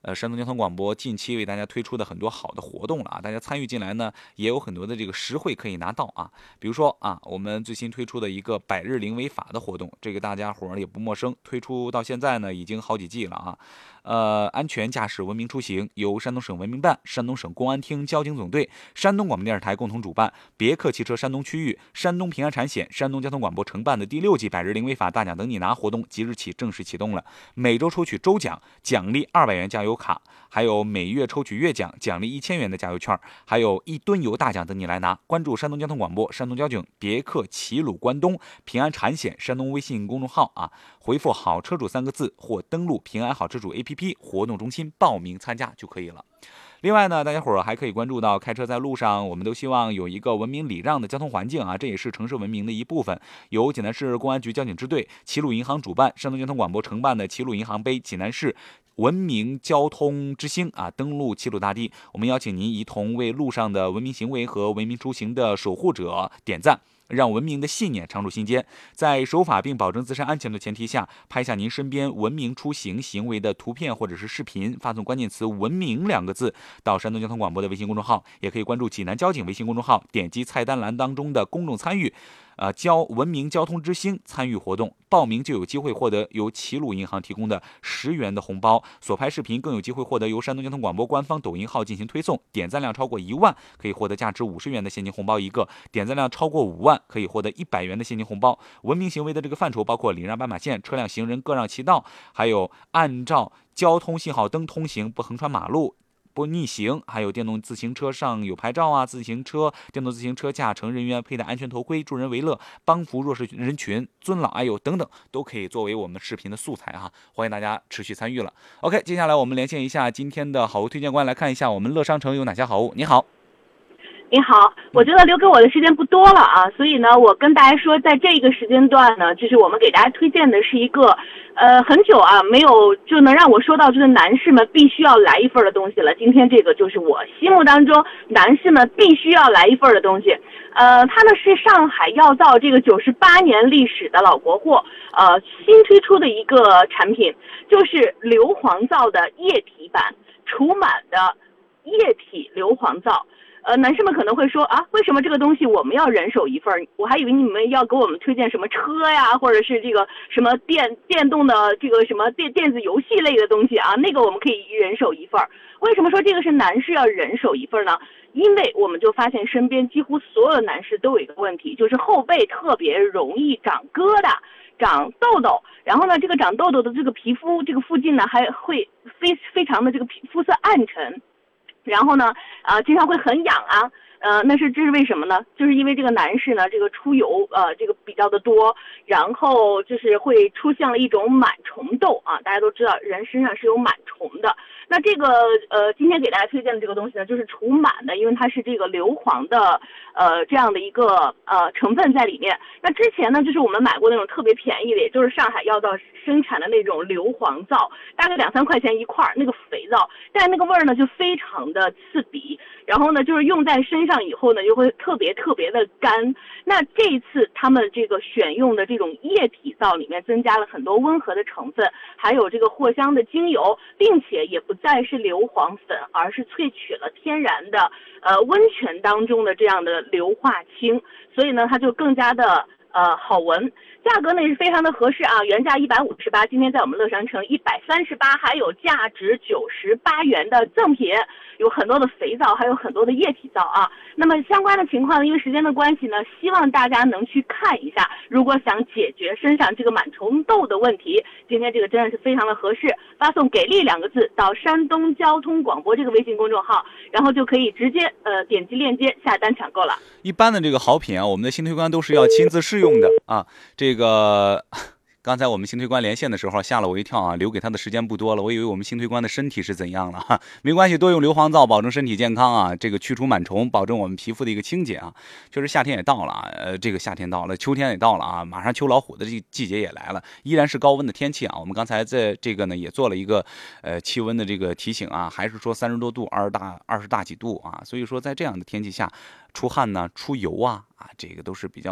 呃，山东交通广播近期为大家推出的很多好的活动了啊，大家参与进来呢，也有很多的这个实惠可以拿到啊。比如说啊，我们最新推出的一个百日零违法的活动，这个大家伙儿也不陌生，推出到现在呢已经好几季了啊。呃，安全驾驶文明出行由山东省文明办、山东省公安厅交警总队、山东广播电视台共同主办，别克汽车山东区域、山东平安产险、山东交通广播承办的第六季百日零违法大奖等你拿活动即日起正式启动了。每周抽取周奖，奖励二百元加油卡，还有每月抽取月奖，奖励一千元的加油券，还有一吨油大奖等你来拿。关注山东交通广播、山东交警、别克齐鲁关东、平安产险山东微信公众号啊，回复好车主三个字或登录平安好车主 A P P 活动中心报名参加就可以了。另外呢，大家伙儿还可以关注到，开车在路上，我们都希望有一个文明礼让的交通环境啊，这也是城市文明的一部分。由济南市公安局交警支队、齐鲁银行主办，山东交通广播承办的齐鲁银行杯济南市文明交通之星啊，登陆齐鲁大地，我们邀请您一同为路上的文明行为和文明出行的守护者点赞，让文明的信念常驻心间。在守法并保证自身安全的前提下，拍下您身边文明出行行为的图片或者是视频，发送关键词文明两个字到山东交通广播的微信公众号，也可以关注济南交警微信公众号，点击菜单栏当中的公众参与呃，交文明交通之星参与活动，报名就有机会获得由齐鲁银行提供的十元的红包，所拍视频更有机会获得由山东交通广播官方抖音号进行推送，点赞量超过一万可以获得价值五十元的现金红包一个，点赞量超过五万可以获得一百元的现金红包。文明行为的这个范畴包括礼让斑马线、车辆行人各让其道，还有按照交通信号灯通行、不横穿马路、不逆行，还有电动自行车上有牌照啊，自行车、电动自行车驾乘人员佩戴安全头盔，助人为乐，帮扶弱势人群，尊老爱幼等等，都可以作为我们视频的素材哈，欢迎大家持续参与了。OK， 接下来我们连线一下今天的好物推荐官，来看一下我们乐商城有哪些好物。你好。 你好，我觉得留给我的时间不多了啊，所以呢，我跟大家说，在这个时间段呢，就是我们给大家推荐的是一个，呃，很久啊没有就能让我说到就是男士们必须要来一份的东西了。今天这个就是我心目当中男士们必须要来一份的东西，呃，它呢是上海药皂这个九十八年历史的老国货，呃，新推出的一个产品，就是硫磺皂的液体版，除螨的液体硫磺皂。呃，男士们可能会说啊，为什么这个东西我们要人手一份？我还以为你们要给我们推荐什么车呀，或者是这个什么电电动的这个什么电电子游戏类的东西啊，那个我们可以人手一份。为什么说这个是男士要人手一份呢？因为我们就发现身边几乎所有的男士都有一个问题，就是后背特别容易长疙瘩、长痘痘，然后呢，这个长痘痘的这个皮肤这个附近呢，还会非非常的这个皮肤色暗沉。然后呢，啊、呃，经常会很痒啊，呃，那是这是为什么呢？就是因为这个男士呢，这个出油呃这个比较的多，然后就是会出现了一种螨虫痘啊，大家都知道人身上是有螨虫的。那这个呃，今天给大家推荐的这个东西呢，就是除螨的，因为它是这个硫磺的呃这样的一个呃成分在里面。那之前呢，就是我们买过那种特别便宜的，也就是上海药皂生产的那种硫磺皂，大概两三块钱一块那个肥皂，但是那个味儿呢就非常的刺鼻，然后呢就是用在身上以后呢就会特别特别的干。那这一次他们这个选用的这种液体皂里面增加了很多温和的成分，还有这个藿香的精油，并且也不再是硫磺粉，而是萃取了天然的呃温泉当中的这样的硫化氢，所以呢它就更加的呃好闻。价格呢也是非常的合适啊，原价一百五十八，今天在我们乐商城一百三十八，还有价值九十八元的赠品，有很多的肥皂，还有很多的液体皂啊。那么相关的情况，因为时间的关系呢，希望大家能去看一下。如果想解决身上这个螨虫痘的问题，今天这个真的是非常的合适，发送给力两个字到山东交通广播这个微信公众号，然后就可以直接呃点击链接下单抢购了。 一般的这个好品啊，我们的新推官都是要亲自试用的啊，这个刚才我们新推官连线的时候吓了我一跳啊，留给他的时间不多了，我以为我们新推官的身体是怎样了哈，没关系，多用硫磺皂保证身体健康啊，这个去除螨虫，保证我们皮肤的一个清洁啊。确实夏天也到了啊，呃，这个夏天到了，秋天也到了啊，马上秋老虎的这个季节也来了，依然是高温的天气啊。我们刚才在这个呢也做了一个呃气温的这个提醒啊，还是说三十多度、二十大二十大几度啊，所以说在这样的天气下，出汗呢、出油啊啊，这个都是比较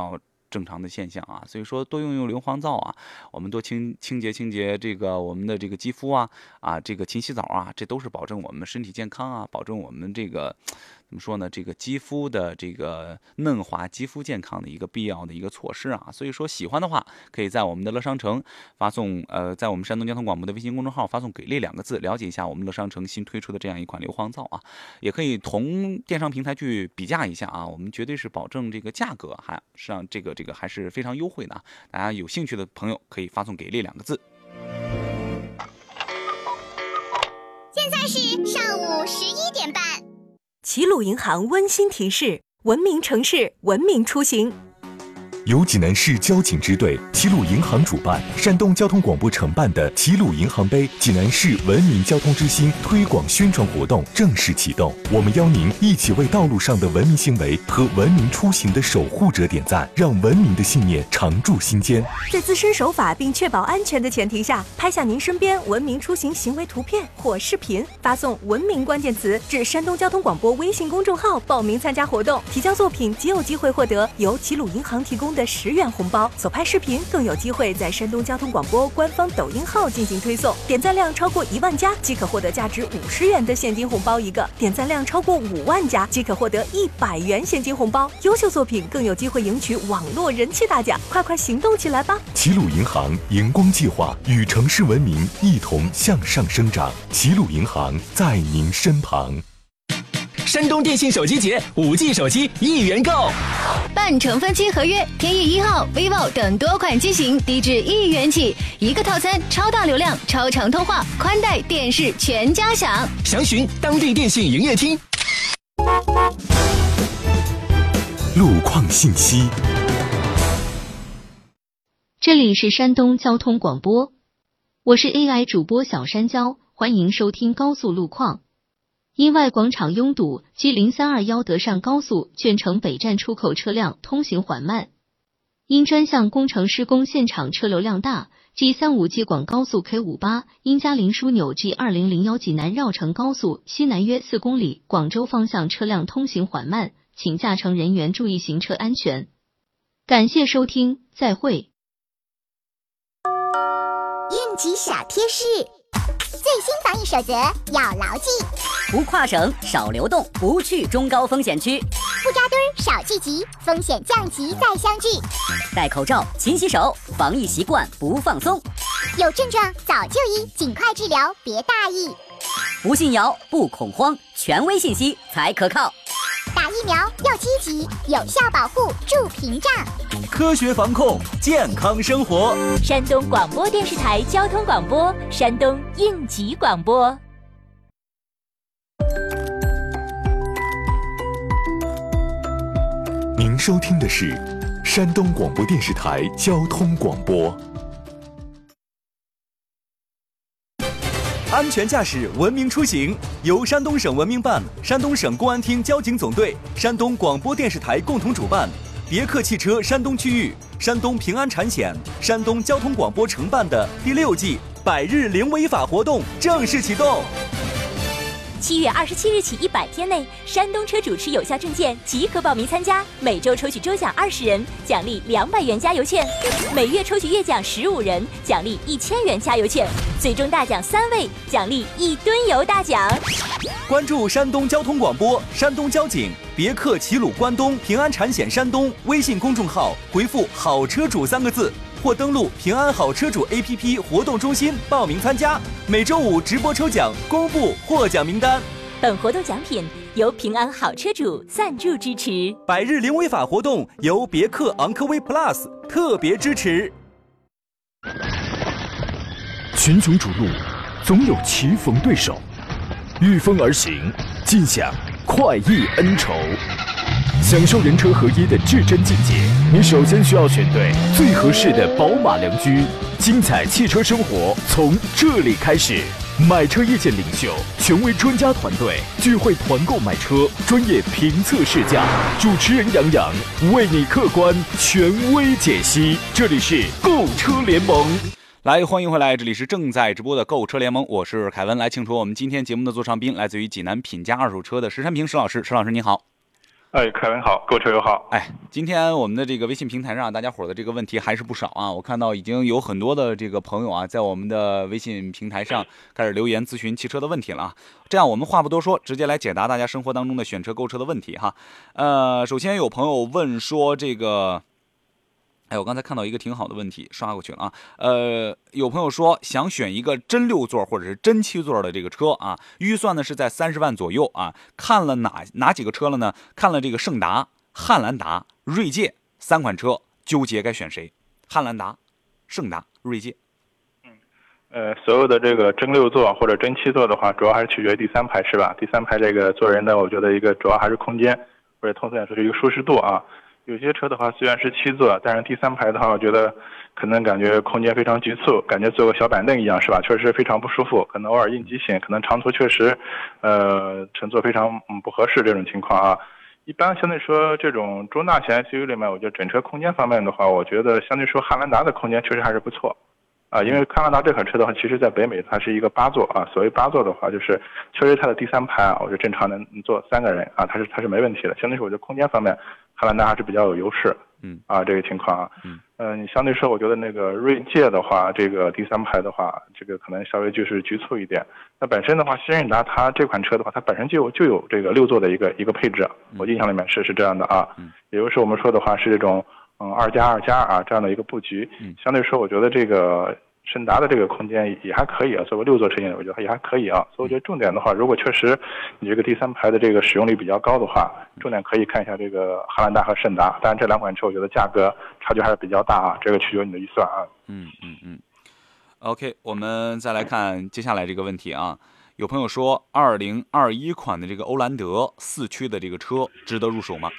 正常的现象啊。所以说多用用硫磺皂啊，我们多清清洁清洁这个我们的这个肌肤啊啊，这个勤洗澡啊，这都是保证我们身体健康啊，保证我们这个怎么说呢？这个肌肤的这个嫩滑、肌肤健康的一个必要的一个措施啊。所以说喜欢的话，可以在我们的乐商城发送呃，在我们山东交通广播的微信公众号发送“给力”两个字，了解一下我们乐商城新推出的这样一款硫磺皂啊。也可以同电商平台去比价一下啊，我们绝对是保证这个价格还实际上这个这个还是非常优惠的啊。大家有兴趣的朋友可以发送“给力”两个字。 现在是上午十一点半。 齐鲁银行温馨提示：文明城市，文明出行。 由济南市交警支队、齐鲁银行主办，山东交通广播承办的齐鲁银行杯济南市文明交通之星推广宣传活动正式启动。我们邀您一起为道路上的文明行为和文明出行的守护者点赞，让文明的信念常驻心间。 在自身守法并确保安全的前提下，拍下您身边文明出行行为图片或视频，发送“文明”关键词至山东交通广播微信公众号报名参加活动。提交作品即有机会获得由齐鲁银行提供的十元红包，所拍视频更有机会在山东交通广播官方抖音号进行推送，点赞量超过一万加即可获得价值五十元的现金红包一个，点赞量超过五万加即可获得一百元现金红包。优秀作品更有机会赢取网络人气大奖，快快行动起来吧！ 齐鲁银行荧光计划与城市文明一同向上生长，齐鲁银行在您身旁。 山东电信手机节，五 G 手机一元购， 办成分期合约，天翼一号、vivo 等多款机型低至一元起，一个套餐，超大流量、超长通话、宽带、电视全家享。 详询当地电信营业厅。 路况信息， 这里是山东交通广播，我是 A I 主播小山椒，欢迎收听高速路况。因外广场拥堵，G 零三二一德上高速卷城北站出口车辆通行缓慢。因专项工程施工现场车流量大 ，G 三五 G 广高速 K 五八 因嘉陵枢纽 G 二零零一济南绕城高速西南约四公里，广州方向车辆通行缓慢，请驾乘人员注意行车安全。感谢收听，再会。 应急小贴士。最新防疫守则要牢记： 不跨省，少流动，不去中高风险区； 不扎堆儿，少聚集，风险降级再相聚； 戴口罩，勤洗手，防疫习惯不放松； 有症状早就医，尽快治疗，别大意； 不信谣，不恐慌，权威信息才可靠； 打疫苗要积极，有效保护筑屏障； 科学防控，健康生活。 山东广播电视台交通广播，山东应急广播。 您收听的是山东广播电视台交通广播。 安全驾驶，文明出行，由山东省文明办、山东省公安厅交警总队、山东广播电视台共同主办，别克汽车山东区域、山东平安产险、山东交通广播承办的第六季百日零违法活动正式启动。 七月二十七日起一百天内，山东车主持有效证件即可报名参加，每周抽取周奖二十人，奖励两百元加油券；每月抽取月奖十五人，奖励一千元加油券；最终大奖三位，奖励一吨油大奖。 关注山东交通广播、山东交警、别克齐鲁关东、平安产险山东微信公众号，回复“好车主”三个字，或登录平安好车主 A P P 活动中心报名参加。每周五直播抽奖，公布获奖名单。 本活动奖品由平安好车主赞助支持。 百日零违法活动由别克昂科威 Plus 特别支持。 群雄逐鹿，总有棋逢对手，御风而行，尽享快意恩仇。享受人车合一的至臻境界，你首先需要选对最合适的宝马良驹。精彩汽车生活从这里开始。买车意见领袖，权威专家团队聚会团购买车，专业评测试驾，主持人杨洋为你客观权威解析。这里是购车联盟。 来，欢迎回来，这里是正在直播的购车联盟，我是凯文。来，请出我们今天节目的座上宾，来自于济南品家二手车的石山平石老师。石老师你好。 哎，凯文好，购车友好。 哎，今天我们的这个微信平台上，大家伙的这个问题还是不少啊。我看到已经有很多的这个朋友啊，在我们的微信平台上开始留言咨询汽车的问题了啊。这样我们话不多说，直接来解答大家生活当中的选车购车的问题哈。呃，首先有朋友问说这个。哎，我刚才看到一个挺好的问题，刷过去了啊。呃，有朋友说想选一个真六座或者是真七座的这个车啊，预算呢是在三十万左右啊。看了哪哪几个车了呢？看了这个胜达、汉兰达、锐界三款车，纠结该选谁？汉兰达、胜达、锐界。 嗯，呃，所有的这个真六座或者真七座的话，主要还是取决于第三排是吧？第三排这个坐人的，我觉得一个主要还是空间，或者通俗点说是一个舒适度啊。有些车的话虽然是七座，但是第三排的话，我觉得可能感觉空间非常局促，感觉坐个小板凳一样，是吧？确实非常不舒服，可能偶尔应急险，可能长途确实，呃，乘坐非常嗯不合适这种情况啊。一般相对说这种中大型 S U V 里面，我觉得整车空间方面的话，我觉得相对说汉兰达的空间确实还是不错。啊，因为汉兰达这款车的话，其实在北美它是一个八座啊。所谓八座的话，就是确实它的第三排啊，我觉得正常能坐三个人啊，它是它是没问题的。相对说，我觉得空间方面，汉兰达还是比较有优势。 嗯，啊， 这个情况啊， 嗯， 呃，你相对说，我觉得那个锐界的话，这个第三排的话，这个可能稍微就是局促一点。那本身的话，新锐达它这款车的话，它本身就有就有这个六座的一个一个配置，我印象里面是是这样的啊。 嗯， 也就是我们说的话是这种嗯二加二加啊这样的一个布局。 嗯， 相对说，我觉得这个。胜达的这个空间也还可以啊，作为六座车型，我觉得也还可以啊。所以我觉得重点的话，如果确实你这个第三排的这个使用率比较高的话，重点可以看一下这个汉兰达和胜达。当然这两款车我觉得价格差距还是比较大啊，这个取决于你的预算啊。 嗯嗯嗯。OK， 我们再来看接下来这个问题啊。有朋友说，二零二一款的这个欧蓝德四驱的这个车值得入手吗？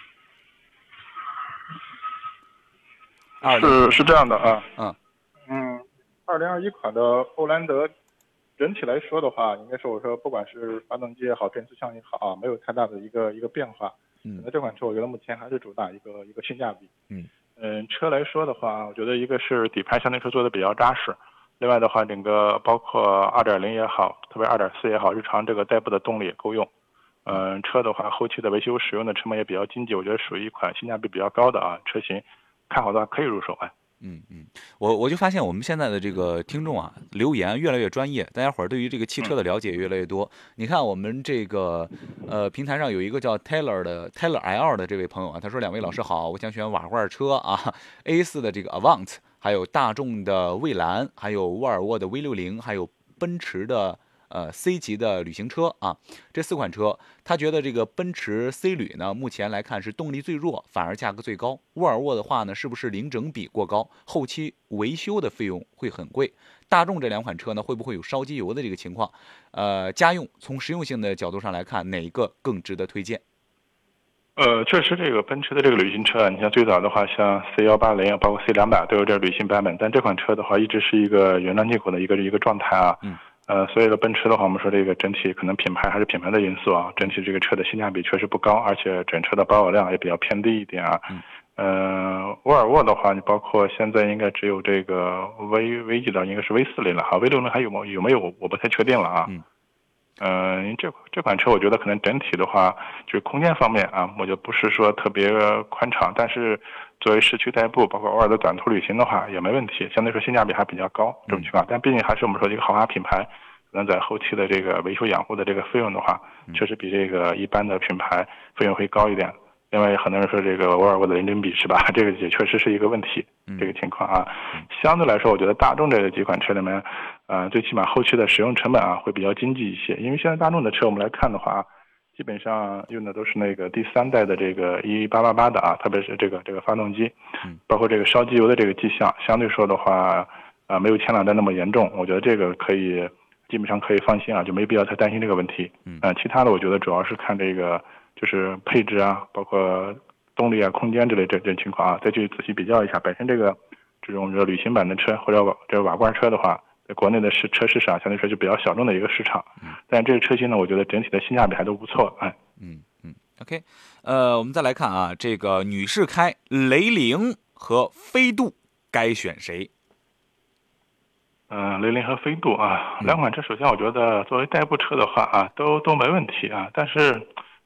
是是这样的啊。 嗯嗯。二零二一款的欧蓝德，整体来说的话，应该是我说不管是发动机也好，变速箱也好啊，没有太大的一个一个变化。 嗯， 那这款车我觉得目前还是主打一个一个性价比。 嗯嗯，车来说的话，我觉得一个是底盘相对说做的比较扎实，另外的话，整个包括二点零也好，特别二点四也好，日常这个代步的动力也够用。嗯，车的话，后期的维修使用的成本也比较经济，我觉得属于一款性价比比较高的啊车型，看好的话可以入手啊。 嗯嗯，我我就发现我们现在的这个听众啊，留言越来越专业，大家伙儿对于这个汽车的了解越来越多。你看我们这个呃平台上有一个叫 Taylor 的 Taylor L 的这位朋友啊，他说：“两位老师好，我想选瓦罐车啊 ，A 四 的这个 Avant， 还有大众的蔚蓝，还有沃尔沃的 V 六十， 还有奔驰的。”呃 ，C 级的旅行车啊，这四款车，他觉得这个奔驰 C 旅呢，目前来看是动力最弱，反而价格最高。沃尔沃的话呢，是不是零整比过高，后期维修的费用会很贵？大众这两款车呢，会不会有烧机油的这个情况？呃，家用从实用性的角度上来看，哪一个更值得推荐？ 呃，确实，这个奔驰的这个旅行车，你像最早的话，像 C 一八零，包括 C 两百都有这旅行版本，但这款车的话，一直是一个原装进口的一个一个状态啊。 嗯。 呃，所以呢，奔驰的话，我们说这个整体可能品牌还是品牌的因素啊，整体这个车的性价比确实不高，而且整车的保有量也比较偏低一点啊。 嗯。 呃，沃尔沃的话，你包括现在应该只有这个 V V 级的，应该是 V 四零了哈 ，V 六零还有没有没有？我不太确定了啊。 嗯。 呃，这这款车我觉得可能整体的话，就是空间方面啊，我觉得不是说特别宽敞，但是作为市区代步，包括偶尔的短途旅行的话也没问题，相对说性价比还比较高这种情况。但毕竟还是我们说一个豪华品牌，可能在后期的这个维修养护的这个费用的话，确实比这个一般的品牌费用会高一点。另外很多人说这个沃尔沃的零整比是吧，这个也确实是一个问题，这个情况啊。相对来说，我觉得大众这几款车里面，呃，最起码后期的使用成本啊会比较经济一些，因为现在大众的车我们来看的话，基本上用的都是那个第三代的这个一八八八的啊，特别是这个这个发动机，包括这个烧机油的这个迹象，相对说的话，啊、呃，没有前两代那么严重，我觉得这个可以基本上可以放心啊，就没必要太担心这个问题。嗯，呃，其他的我觉得主要是看这个就是配置啊，包括动力啊、空间之类这这情况啊，再去仔细比较一下。本身这个这种旅行版的车或者这个瓦罐车的话，在国内的市车市场相对说就比较小众的一个市场。嗯，但这个车型呢，我觉得整体的性价比还都不错。哎， 嗯嗯 ，OK， 呃，我们再来看啊，这个女士开雷凌和飞度该选谁？ 嗯、呃，雷凌和飞度啊，两款车，首先我觉得作为代步车的话啊，都都没问题啊。但是，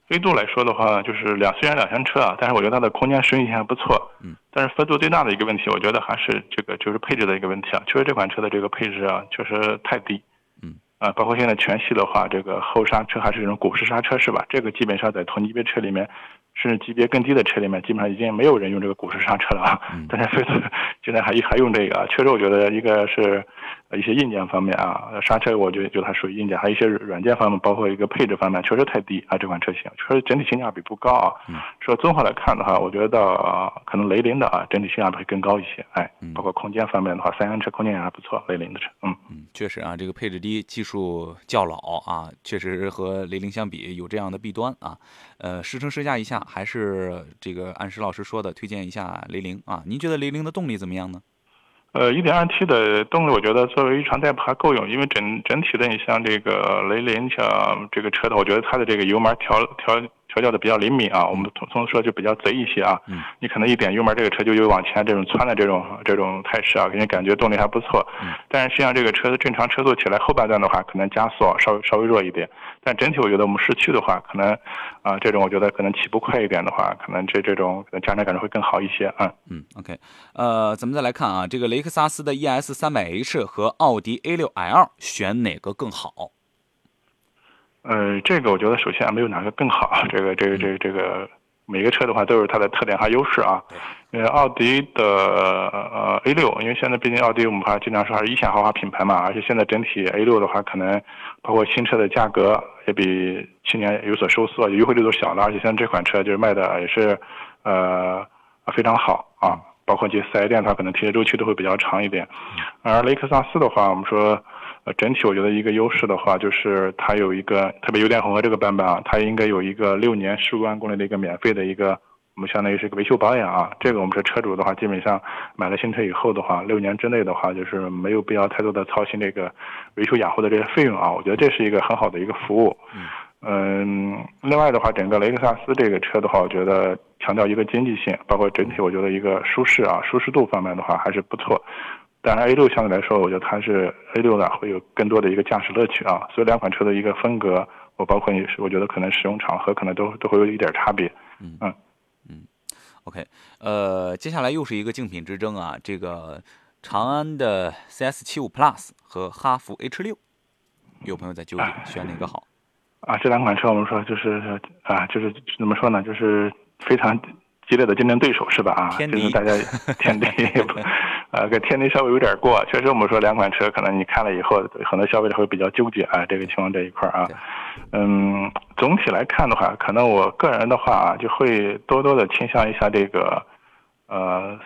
飞度来说的话，就是两虽然两厢车啊，但是我觉得它的空间实用性还不错。 嗯， 但是飞度最大的一个问题，我觉得还是这个就是配置的一个问题啊，确实这款车的这个配置啊，确实太低。 嗯， 啊，包括现在全系的话，这个后刹车还是这种鼓式刹车是吧？这个基本上在同级别车里面，甚至级别更低的车里面，基本上已经没有人用这个鼓式刹车了啊。嗯、但是飞度现在还还用这个啊，确实我觉得一个是。一些硬件方面啊，刹车我觉得就它属于硬件，还有一些软件方面，包括一个配置方面，确实太低啊。这款车型确实整体性价比不高啊。 嗯， 说综合来看的话，我觉得、呃、可能雷凌的啊整体性价比会更高一些。哎，包括空间方面的话，三厢车空间也还不错，雷凌的车。嗯嗯，确实啊，这个配置低，技术较老啊，确实和雷凌相比有这样的弊端啊。呃，试乘试驾一下，还是这个按石老师说的，推荐一下雷凌啊。您觉得雷凌的动力怎么样呢？ 呃 一点二 T 的动力，我觉得作为日常代步还够用，因为整整体的，你像这个雷凌像这个车的，我觉得它的这个油门调调调教的比较灵敏啊，我们通通说就比较贼一些啊。嗯，你可能一点油门，这个车就有往前这种窜的这种这种态势啊，给你感觉动力还不错。嗯，但是实际上这个车的正常车速起来后半段的话，可能加速稍微稍微弱一点，但整体我觉得我们市区的话，可能啊、呃、这种我觉得可能起步快一点的话，可能这这种驾驶感受会更好一些啊。 嗯 ，OK， 呃，咱们再来看啊，这个雷克萨斯的 E S 三百 H 和奥迪 A 六 L 选哪个更好？ 呃，这个我觉得首先没有哪个更好，这个这个这个这个每个车的话都有它的特点和优势啊。因为奥迪的呃 A 六，因为现在毕竟奥迪我们还经常说还是一线豪华品牌嘛，而且现在整体 A 六的话，可能包括新车的价格也比去年有所收缩，优惠力度小了，而且现在这款车就是卖的也是呃非常好啊，包括这四 S 店的话，可能停车周期都会比较长一点。而雷克萨斯的话，我们说。呃，整体我觉得一个优势的话，就是它有一个特别油电混合这个版本啊，它应该有一个六年十五万公里的一个免费的一个，我们相当于是一个维修保养啊。这个我们说车主的话，基本上买了新车以后的话，六年之内的话，就是没有必要太多的操心这个维修养护的这些费用啊。我觉得这是一个很好的一个服务。嗯，另外的话，整个雷克萨斯这个车的话，我觉得强调一个经济性，包括整体我觉得一个舒适啊，舒适度方面的话还是不错。当然 A 六相对来说，我觉得它是 A 六呢会有更多的一个驾驶乐趣啊，所以两款车的一个风格，我包括你是我觉得可能使用场合可能都都会有一点差别。 嗯嗯嗯 ，OK， 呃，接下来又是一个竞品之争啊，这个长安的 C S 七十五 Plus 和哈弗 H 六，有朋友在纠结选哪个好啊？这两款车我们说就是啊，就是怎么说呢，就是非常激烈的竞争对手是吧？啊， 天敌， 就是大家天敌。呃，跟天敌稍微有点过，确实我们说两款车可能你看了以后，很多消费者会比较纠结啊，这个情况这一块啊，嗯，总体来看的话，可能我个人的话啊，就会多多的倾向一下这个呃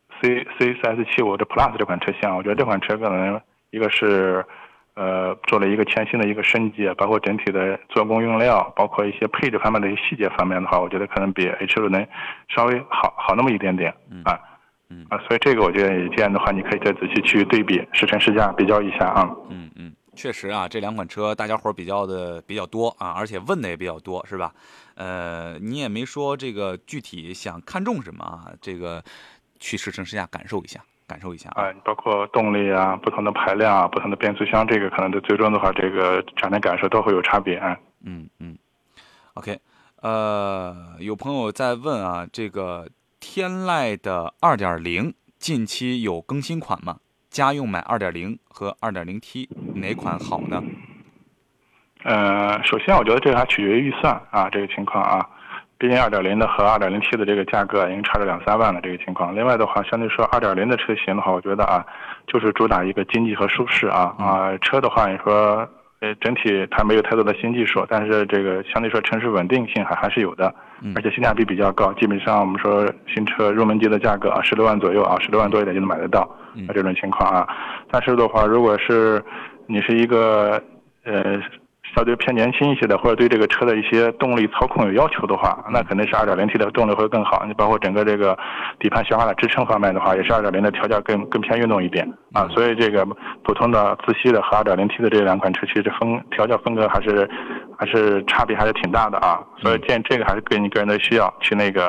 C C 四 S 七十五这 Plus 这款车型，我觉得这款车可能一个是呃做了一个全新的一个升级，包括整体的做工用料，包括一些配置方面的一些细节方面的话，我觉得可能比 H 六能稍微好好那么一点点啊。嗯啊，所以这个我觉得这样的话，你可以再仔细去对比试乘试驾比较一下啊。 嗯嗯，确实啊，这两款车大家伙比较的比较多啊，而且问的也比较多，是吧？呃，你也没说这个具体想看中什么啊，这个去试乘试驾感受一下，感受一下啊。包括动力啊，不同的排量啊，不同的变速箱，这个可能的最终的话，这个产生感受都会有差别啊。 嗯嗯 ，OK， 呃，有朋友在问啊，这个。天籁的 二点零 近期有更新款吗？家用买 二点零 和 二点零 T 哪款好呢？ 呃，首先我觉得这个还取决于预算啊，这个情况啊，毕竟 二点零 的和 二点零 T 的这个价格已经差了两三万了，这个情况。另外的话，相对说 二点零 的车型的话，我觉得啊，就是主打一个经济和舒适啊啊，车的话你说。呃，整体它没有太多的新技术，但是这个相对说城市稳定性还还是有的，而且性价比比较高。基本上我们说新车入门级的价格啊，十六万左右啊，十六万多一点就能买得到啊这种情况啊。但是的话，如果是你是一个呃相对偏年轻一些的，或者对这个车的一些动力操控有要求的话，那肯定是 二点零 T 的动力会更好。你包括整个这个底盘悬挂的支撑方面的话，也是 二点零 的调教更更偏运动一点啊。所以这个普通的自吸的和 二点零 T 的这两款车，其实风调教风格还是还是差别还是挺大的啊。所以建这个还是根据你个人的需要去那个啊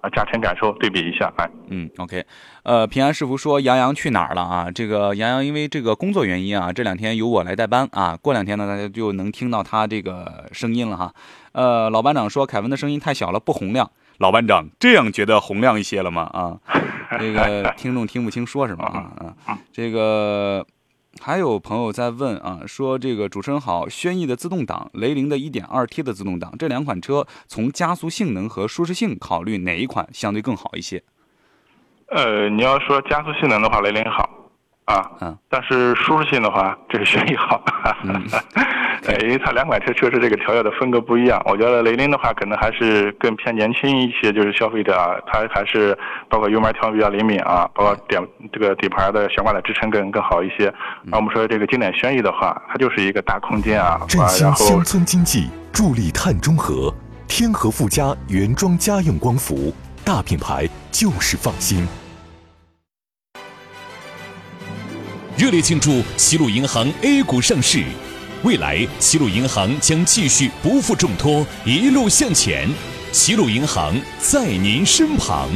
啊驾乘感受对比一下。哎， 嗯 ，OK， 呃，平安师傅说杨洋去哪儿了啊？这个杨洋因为这个工作原因啊，这两天由我来代班啊，过两天呢大家就能听到他这个声音了哈。呃，老班长说凯文的声音太小了，不洪亮。老班长这样觉得洪亮一些了吗？啊，这个听众听不清说什么啊啊，这个。还有朋友在问啊，说这个主持人好，轩逸的自动挡，雷凌的 一点二 T 的自动挡，这两款车从加速性能和舒适性考虑哪一款相对更好一些？ 呃，你要说加速性能的话，雷凌好啊，嗯，但是舒适性的话，这是轩逸好，嗯，因为它两款车确实这个调教的风格不一样。我觉得雷凌的话，可能还是更偏年轻一些，就是消费者啊，它还是包括油门调比较灵敏啊，包括点这个底盘的悬挂的支撑更更好一些。而我们说这个经典轩逸的话，它就是一个大空间啊， 振兴乡村经济，助力碳中和。天河富家原装家用光伏，大品牌就是放心。 热烈庆祝齐鲁银行 A 股上市，未来齐鲁银行将继续不负重托，一路向前。齐鲁银行在您身旁。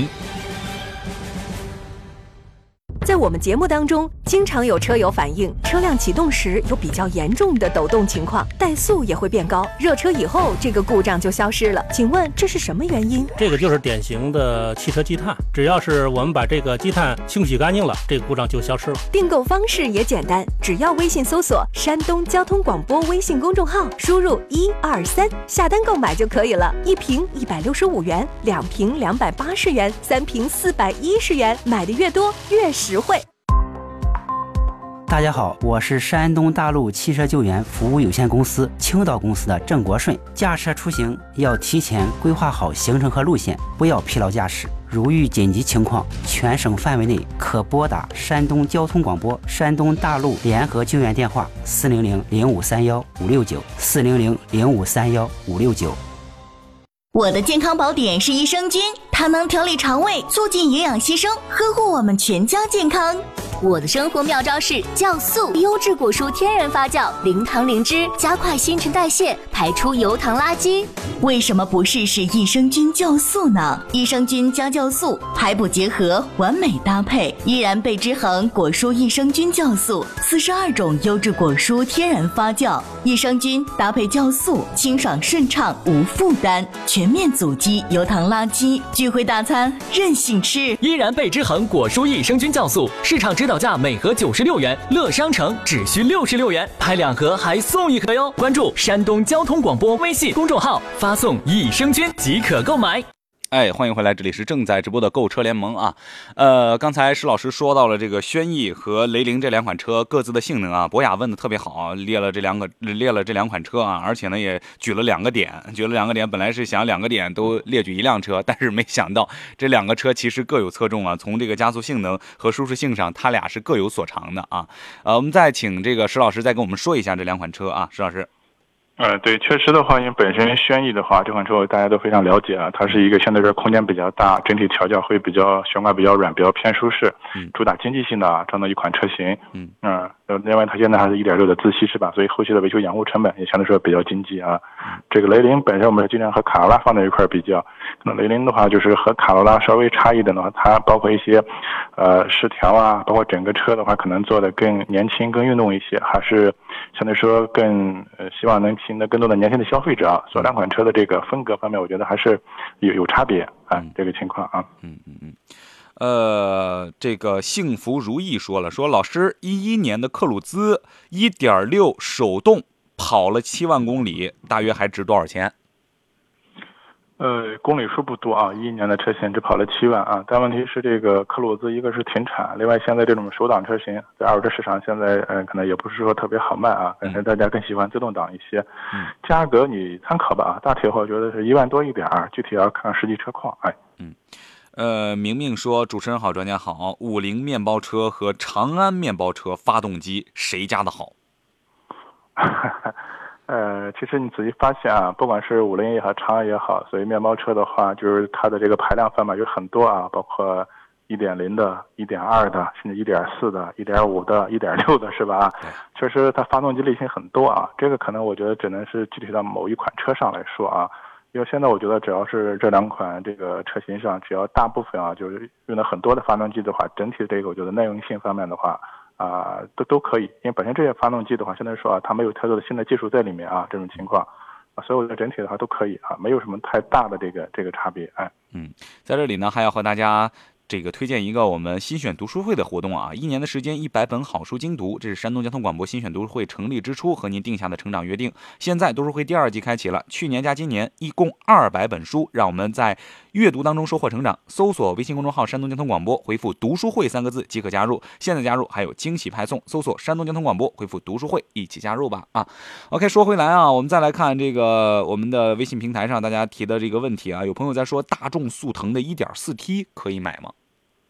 在我们节目当中，经常有车友反映，车辆启动时有比较严重的抖动情况，怠速也会变高，热车以后这个故障就消失了。请问这是什么原因？ 这个就是典型的汽车积碳，只要是我们把这个积碳清洗干净了，这个故障就消失了。 订购方式也简单，只要微信搜索山东交通广播微信公众号，输入一二三，下单购买就可以了。一瓶一百六十五元，两瓶两百八十元，三瓶四百一十元，买的越多越实惠。 大家好，我是山东大陆汽车救援服务有限公司青岛公司的郑国顺。驾车出行要提前规划好行程和路线，不要疲劳驾驶。如遇紧急情况，全省范围内可拨打山东交通广播山东大陆联合救援电话四零零零五三幺五六九四零零零五三幺五六九。 我的健康宝典是益生菌，它能调理肠胃，促进营养吸收，呵护我们全家健康。 我的生活妙招是酵素，优质果蔬天然发酵，零糖零脂，加快新陈代谢，排出油糖垃圾。 为什么不试试益生菌酵素呢？益生菌加酵素，排补结合，完美搭配。依然贝之恒果蔬益生菌酵素，四十二种优质果蔬天然发酵，益生菌搭配酵素，清爽顺畅，无负担，全面阻击油糖垃圾。聚会大餐任性吃。 依然贝之恒果蔬益生菌酵素，市场指导价每盒九十六元，乐商城只需六十六元，拍两盒还送一盒哟。关注山东交通广播微信公众号，发送益生菌即可购买。 哎，欢迎回来，这里是正在直播的购车联盟啊。呃，刚才石老师说到了这个轩逸和雷凌这两款车各自的性能啊，博雅问的特别好，列了这两个列了这两款车啊，而且呢也举了两个点，举了两个点。本来是想两个点都列举一辆车，但是没想到这两个车其实各有侧重啊，从这个加速性能和舒适性上，它俩是各有所长的啊。呃，我们再请这个石老师再跟我们说一下这两款车啊，石老师。 呃，对，确实的话，因为本身轩逸的话，这款车大家都非常了解啊，它是一个相对来说空间比较大，整体调教会比较悬挂比较软，比较偏舒适，嗯，主打经济性的啊这样的一款车型，嗯嗯，呃，另外它现在还是 一点六 的自吸是吧？所以后期的维修养护成本也相对来说比较经济啊。这个雷凌本身我们经常和卡罗拉放在一块比较，那雷凌的话就是和卡罗拉稍微差异的呢，它包括一些呃饰条啊，包括整个车的话可能做的更年轻、更运动一些，还是相对说更呃希望能吸引的更多的年轻的消费者啊。所以两款车的这个风格方面，我觉得还是有有差别啊，嗯、这个情况啊。 嗯嗯嗯。呃，这个幸福如意说了，说老师，一一年的克鲁兹 一点六 手动跑了七万公里，大约还值多少钱？ 呃，公里数不多啊，一一年的车型只跑了七万啊。但问题是，这个克鲁兹一个是停产，另外现在这种手挡车型在二手车市场现在呃可能也不是说特别好卖啊，可能大家更喜欢自动挡一些。嗯，价格你参考吧啊，大体我觉得是一万多一点儿，具体要看实际车况。哎， 嗯。呃，明明说主持人好，专家好，五菱面包车和长安面包车发动机谁家的好？ 呃，其实你仔细发现啊，不管是五菱也好，长安也好，所以面包车的话，就是它的这个排量方面有很多啊，包括一点零的、一点二的，甚至一点四的、一点五的、一点六的，是吧？确实它发动机类型很多啊，这个可能我觉得只能是具体到某一款车上来说啊。 因为现在我觉得只要是这两款这个车型上，只要大部分啊就是用了很多的发动机的话，整体这个我觉得耐用性方面的话啊、呃、都都可以，因为本身这些发动机的话，现在说啊它没有太多的新的技术在里面啊，这种情况啊，所以我觉得整体的话都可以啊，没有什么太大的这个这个差别。哎， 嗯，在这里呢还要和大家这个推荐一个我们新选读书会的活动啊，一年的时间一百本好书精读，这是山东交通广播新选读会成立之初和您定下的成长约定。现在读书会第二季开启了，去年加今年一共二百本书，让我们在阅读当中收获成长。搜索微信公众号山东交通广播，回复读书会三个字即可加入，现在加入还有惊喜派送，搜索山东交通广播，回复读书会一起加入吧啊。OK， 说回来啊，我们再来看这个我们的微信平台上大家提的这个问题啊，有朋友在说大众速腾的 一点四 T 可以买吗？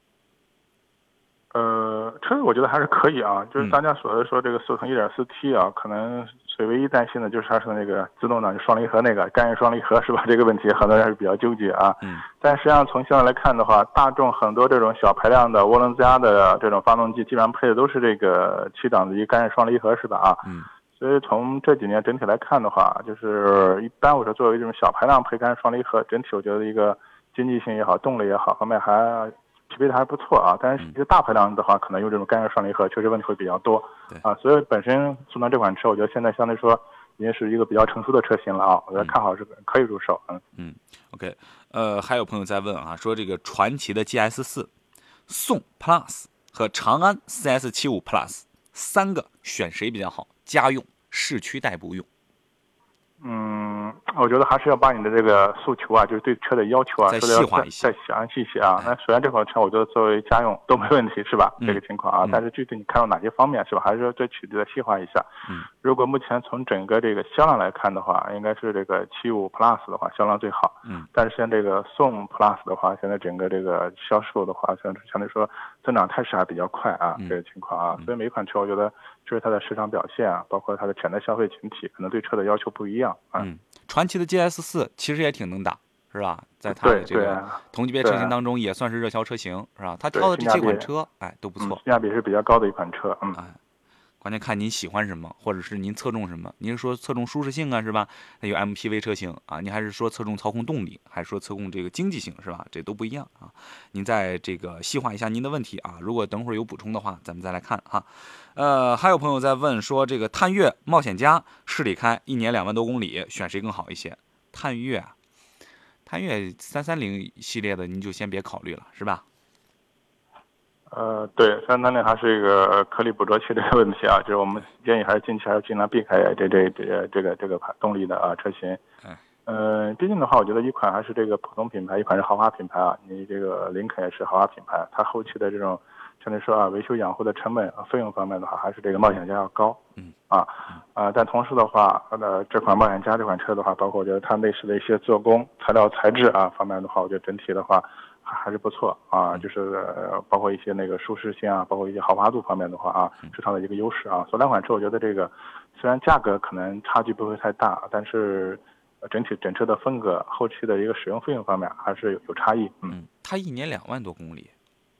呃，车子我觉得还是可以啊，就是大家所谓说这个速腾 一点四 T 啊，可能最唯一担心的就是它是那个自动挡双离合那个干式双离合是吧？这个问题很多人还是比较纠结啊。嗯。但实际上从现在来看的话，大众很多这种小排量的涡轮增压的这种发动机，基本上配的都是这个七档的一个干式双离合是吧？啊。嗯。所以从这几年整体来看的话，就是一般我说作为这种小排量配干式双离合，整体我觉得一个经济性也好，动力也好，方面还匹配的还不错啊，但是一个大排量的话，可能用这种干式双离合确实问题会比较多啊，所以本身速腾这款车，我觉得现在相对说已经是一个比较成熟的车型了啊，我觉得看好是可以入手。嗯嗯 ，OK， 呃，还有朋友在问啊，说这个传祺的 G S 四、宋 Plus 和长安 四 S 七十五 Plus 三个选谁比较好？家用、市区代步用？ 嗯，我觉得还是要把你的这个诉求啊，就是对车的要求啊， 再细化一些， 再详细一些啊。那虽然这款车我觉得作为家用都没问题，是吧？ 嗯、 这个情况啊，但是具体你看到哪些方面，是吧？还是要再具体的细化一下。 嗯， 如果目前从整个这个销量来看的话，应该是这个七十五 Plus 的话销量最好。 嗯， 但是像这个宋 Plus 的话，现在整个这个销售的话，相相对说增长态势还比较快啊， 嗯、 这个情况啊，所以每一款车我觉得就是它的市场表现啊，包括它的潜在消费群体，可能对车的要求不一样啊。 嗯。传祺的 G S 四 其实也挺能打，是吧？在它的这个同级别车型当中，也算是热销车型，是吧？它挑的这几款车，哎，都不错， 性价比是比较高的一款车。嗯， 哎，关键看您喜欢什么，或者是您侧重什么。您是说侧重舒适性啊，是吧？那有 M P V 车型啊，您还是说侧重操控动力，还是说侧重这个经济性，是吧？这都不一样啊。您再这个细化一下您的问题啊。如果等会儿有补充的话，咱们再来看哈。呃，还有朋友在问说，这个探岳、冒险家市里开，一年两万多公里，选谁更好一些？探岳啊，探岳三三零系列的您就先别考虑了，是吧？ 呃，对，三三零还是一个颗粒捕捉器这个问题啊，就是我们建议还是近期还是尽量避开这这这这个这个动力的啊车型。 嗯。 呃，毕竟的话，我觉得一款还是这个普通品牌，一款是豪华品牌啊。你这个林肯也是豪华品牌，它后期的这种相对说啊维修养护的成本啊费用方面的话，还是这个冒险家要高。 嗯。 啊啊，但同时的话，呃，这款冒险家这款车的话，包括我觉得它内饰的一些做工、材料材质啊方面的话，我觉得整体的话还是不错啊，就是、呃、包括一些那个舒适性啊，包括一些豪华度方面的话啊，是它的一个优势啊。所以两款车我觉得这个虽然价格可能差距不会太大，但是整体整车的风格、后期的一个使用费用方面还是有有差异。嗯， 嗯它一年两万多公里。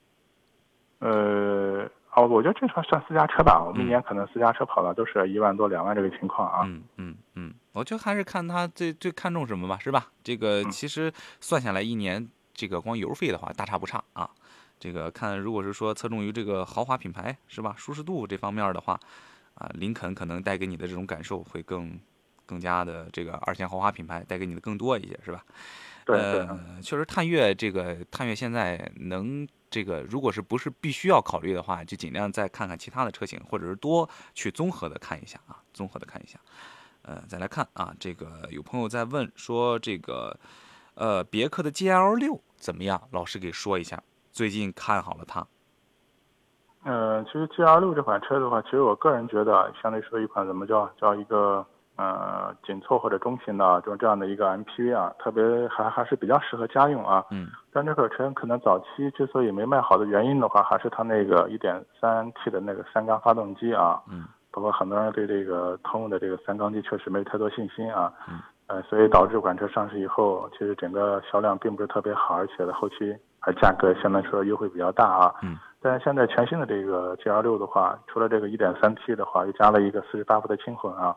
呃。哦，我觉得这算算私家车吧。我们一年可能私家车跑的都是一万多、两万这个情况啊。 嗯嗯嗯，我觉得还是看他最最看重什么吧，是吧？这个其实算下来一年，这个光油费的话大差不差啊。这个看如果是说侧重于这个豪华品牌，是吧？舒适度这方面的话，啊，林肯可能带给你的这种感受会更更加的这个二线豪华品牌带给你的更多一些，是吧？ 对对。呃，确实探岳这个探岳现在能。这个如果是不是必须要考虑的话，就尽量再看看其他的车型，或者是多去综合的看一下啊，综合的看一下。呃，再来看啊，这个有朋友在问说，这个呃别克的 G L 六怎么样？老师给说一下，最近看好了它。 呃，其实 G L 六这款车的话，其实我个人觉得，相对说一款怎么叫叫一个。呃，紧凑或者中型的这种这样的一个 M P V 啊，特别还还是比较适合家用啊。 嗯。 但这款车可能早期之所以没卖好的原因的话，还是它那个 一点三 T 的那个三缸发动机啊。 嗯。 包括很多人对这个通用的这个三缸机确实没有太多信心啊。 嗯。 呃，所以导致这款车上市以后，其实整个销量并不是特别好，而且的后期还价格相对说优惠比较大啊。 嗯。 但是现在全新的这个 G L 六的话，除了这个 一点三 T 的话，又加了一个四十八伏的轻混啊。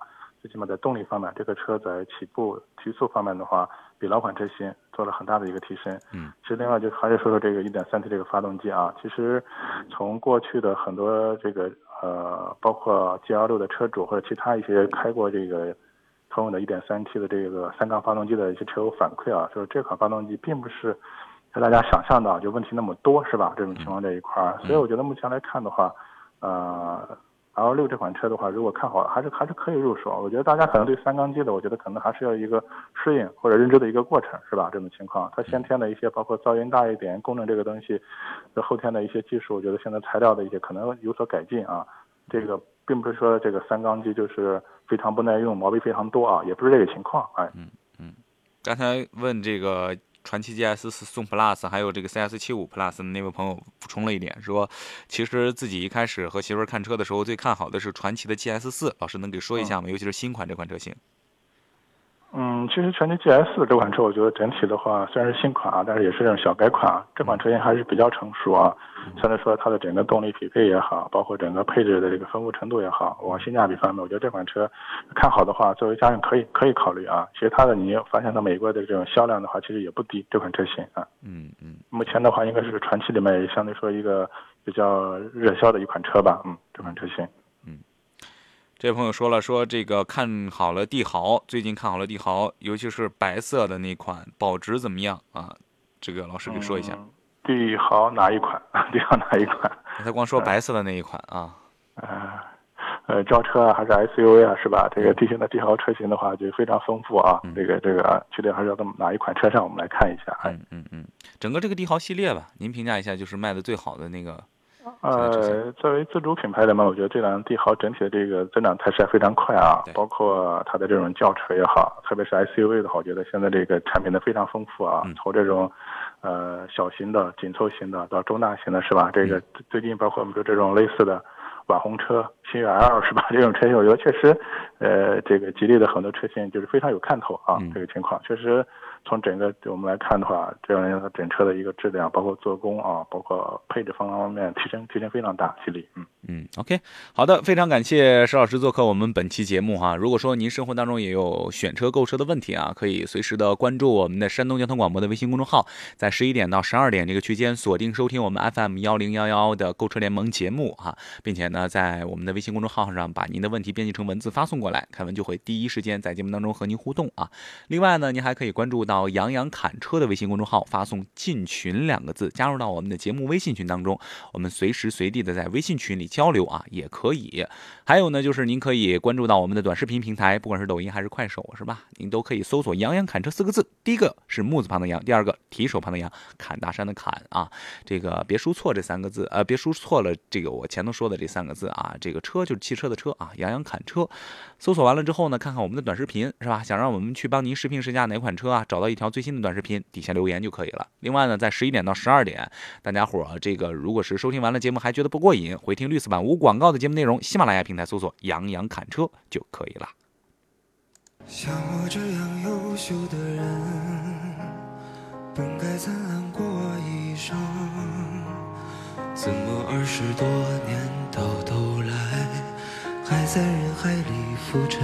最起码在动力方面，这个车在起步提速方面的话，比老款车型做了很大的一个提升。 嗯， 其实另外就还是说说这个 一点三 T 这个发动机啊，其实从过去的很多这个呃，包括 G L 六 的车主或者其他一些开过这个通用的 一点三 T 的这个三缸发动机的一些车友反馈啊，就是这款发动机并不是像大家想象的就问题那么多，是吧？这种情况这一块儿，所以我觉得目前来看的话，呃 L 六 这款车的话，如果看好还是还是可以入手。我觉得大家可能对三缸机的，我觉得可能还是要一个适应或者认知的一个过程，是吧？这种情况，它先天的一些包括噪音大一点、功能这个东西，后天的一些技术，我觉得现在材料的一些可能有所改进啊。这个并不是说这个三缸机就是非常不耐用、毛病非常多啊，也不是这个情况。哎， 嗯嗯，刚才问这个传祺 G S 四送 Plus 还有这个 C S 七十五 Plus 的那位朋友补充了一点，说其实自己一开始和媳妇儿看车的时候最看好的是传祺的 G S 四，老师能给说一下吗？嗯、尤其是新款这款车型。 嗯，其实传祺 G S 这款车，我觉得整体的话虽然是新款啊，但是也是这种小改款啊。这款车型还是比较成熟啊，相对说它的整个动力匹配也好，包括整个配置的这个丰富程度也好，往性价比方面，我觉得这款车看好的话，作为家用可以可以考虑啊。其实它的你发现到美国的这种销量的话，其实也不低，这款车型啊。 嗯嗯。 目前的话，应该是传祺里面也相对说一个比较热销的一款车吧。嗯，这款车型。 这位朋友说了，说这个看好了帝豪，最近看好了帝豪，尤其是白色的那款，保值怎么样啊？这个老师给说一下。 嗯、帝豪哪一款？帝豪哪一款？ 他光说白色的那一款啊。 呃，呃，轿车啊，还是 S U V 啊，是吧？这个地形的帝豪车型的话，就非常丰富啊。嗯、这个这个，具体还是要到哪一款车上，我们来看一下。 嗯嗯嗯，整个这个帝豪系列吧，您评价一下，就是卖的最好的那个。 呃，作为自主品牌的嘛，我觉得这辆帝豪整体的这个增长态势还非常快啊，包括它的这种轿车也好，特别是 S U V 的话，我觉得现在这个产品的非常丰富啊，嗯、从这种呃小型的、紧凑型的到中大型的，是吧？这个最近包括我们说这种类似的网红车、星越 L 是吧？这种车型，我觉得确实，呃，这个吉利的很多车型就是非常有看头啊，嗯、这个情况确实。从整个我们来看的话，这样它整车的一个质量，包括做工啊，包括配置方方面提升提升非常大，吉利。嗯嗯 ，OK， 好的，非常感谢石老师做客我们本期节目哈。如果说您生活当中也有选车购车的问题啊，可以随时的关注我们的山东交通广播的微信公众号，在十一点到十二点这个区间锁定收听我们 F M 一零一一的购车联盟节目哈，并且呢，在我们的微信公众号上把您的问题编辑成文字发送过来，凯文就会第一时间在节目当中和您互动啊。另外呢，您还可以关注到到杨洋侃车的微信公众号，发送进群两个字，加入到我们的节目微信群当中，我们随时随地的在微信群里交流啊，也可以。还有呢，就是您可以关注到我们的短视频平台，不管是抖音还是快手，是吧？您都可以搜索杨洋侃车四个字，第一个是木字旁的杨，第二个提手旁的杨，侃大山的侃啊，这个别输错这三个字，呃，别输错了这个我前头说的这三个字啊，这个车就是汽车的车啊，杨洋侃车。搜索完了之后呢，看看我们的短视频，是吧？想让我们去帮您试评试驾哪款车啊，找到一条最新的短视频，底下留言就可以了。另外呢，在十一点到十二点，大家伙儿这个如果是收听完了节目还觉得不过瘾，回听绿色版无广告的节目内容，喜马拉雅平台搜索杨洋侃车就可以了。 像我这样优秀的人，本该灿烂过一生，怎么二十多年到头来还在人海里浮沉？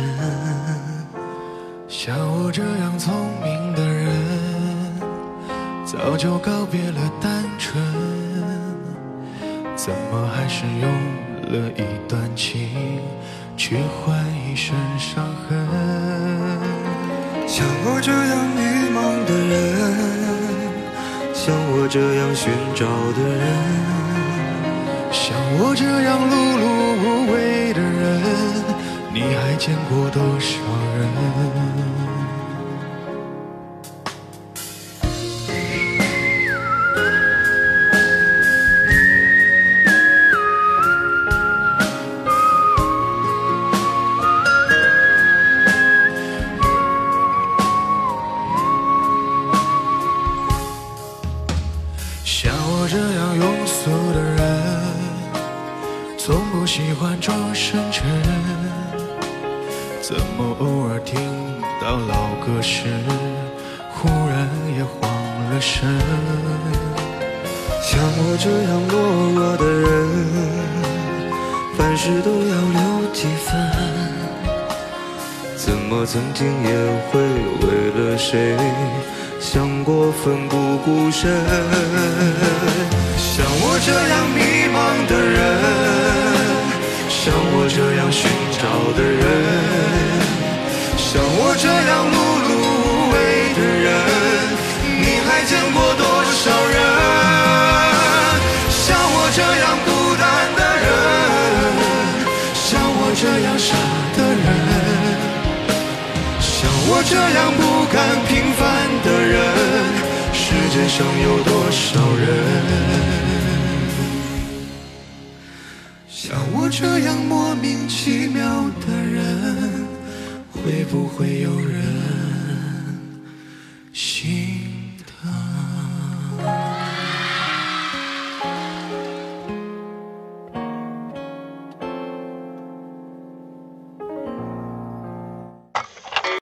像我这样聪明的人，早就告别了单纯，怎么还是用了一段情去换一身伤痕？像我这样迷茫的人，像我这样寻找的人，像我这样碌碌无为的人，你还见过多少人？像我这样庸俗的人，从不喜欢装深沉，怎么偶尔听到老歌时，忽然也慌了神？像我这样懦弱的人，凡事都要留几分， 怎么曾经也会为了谁想过奋不顾身？像我这样迷茫的人，像我这样寻找的人，像我这样碌碌无为的人，你还见过多少人？像我这样孤单的人，像我这样傻的人，像我这样不甘平凡的人，世界上有多少人？像我这样莫名其妙的人，会不会有人？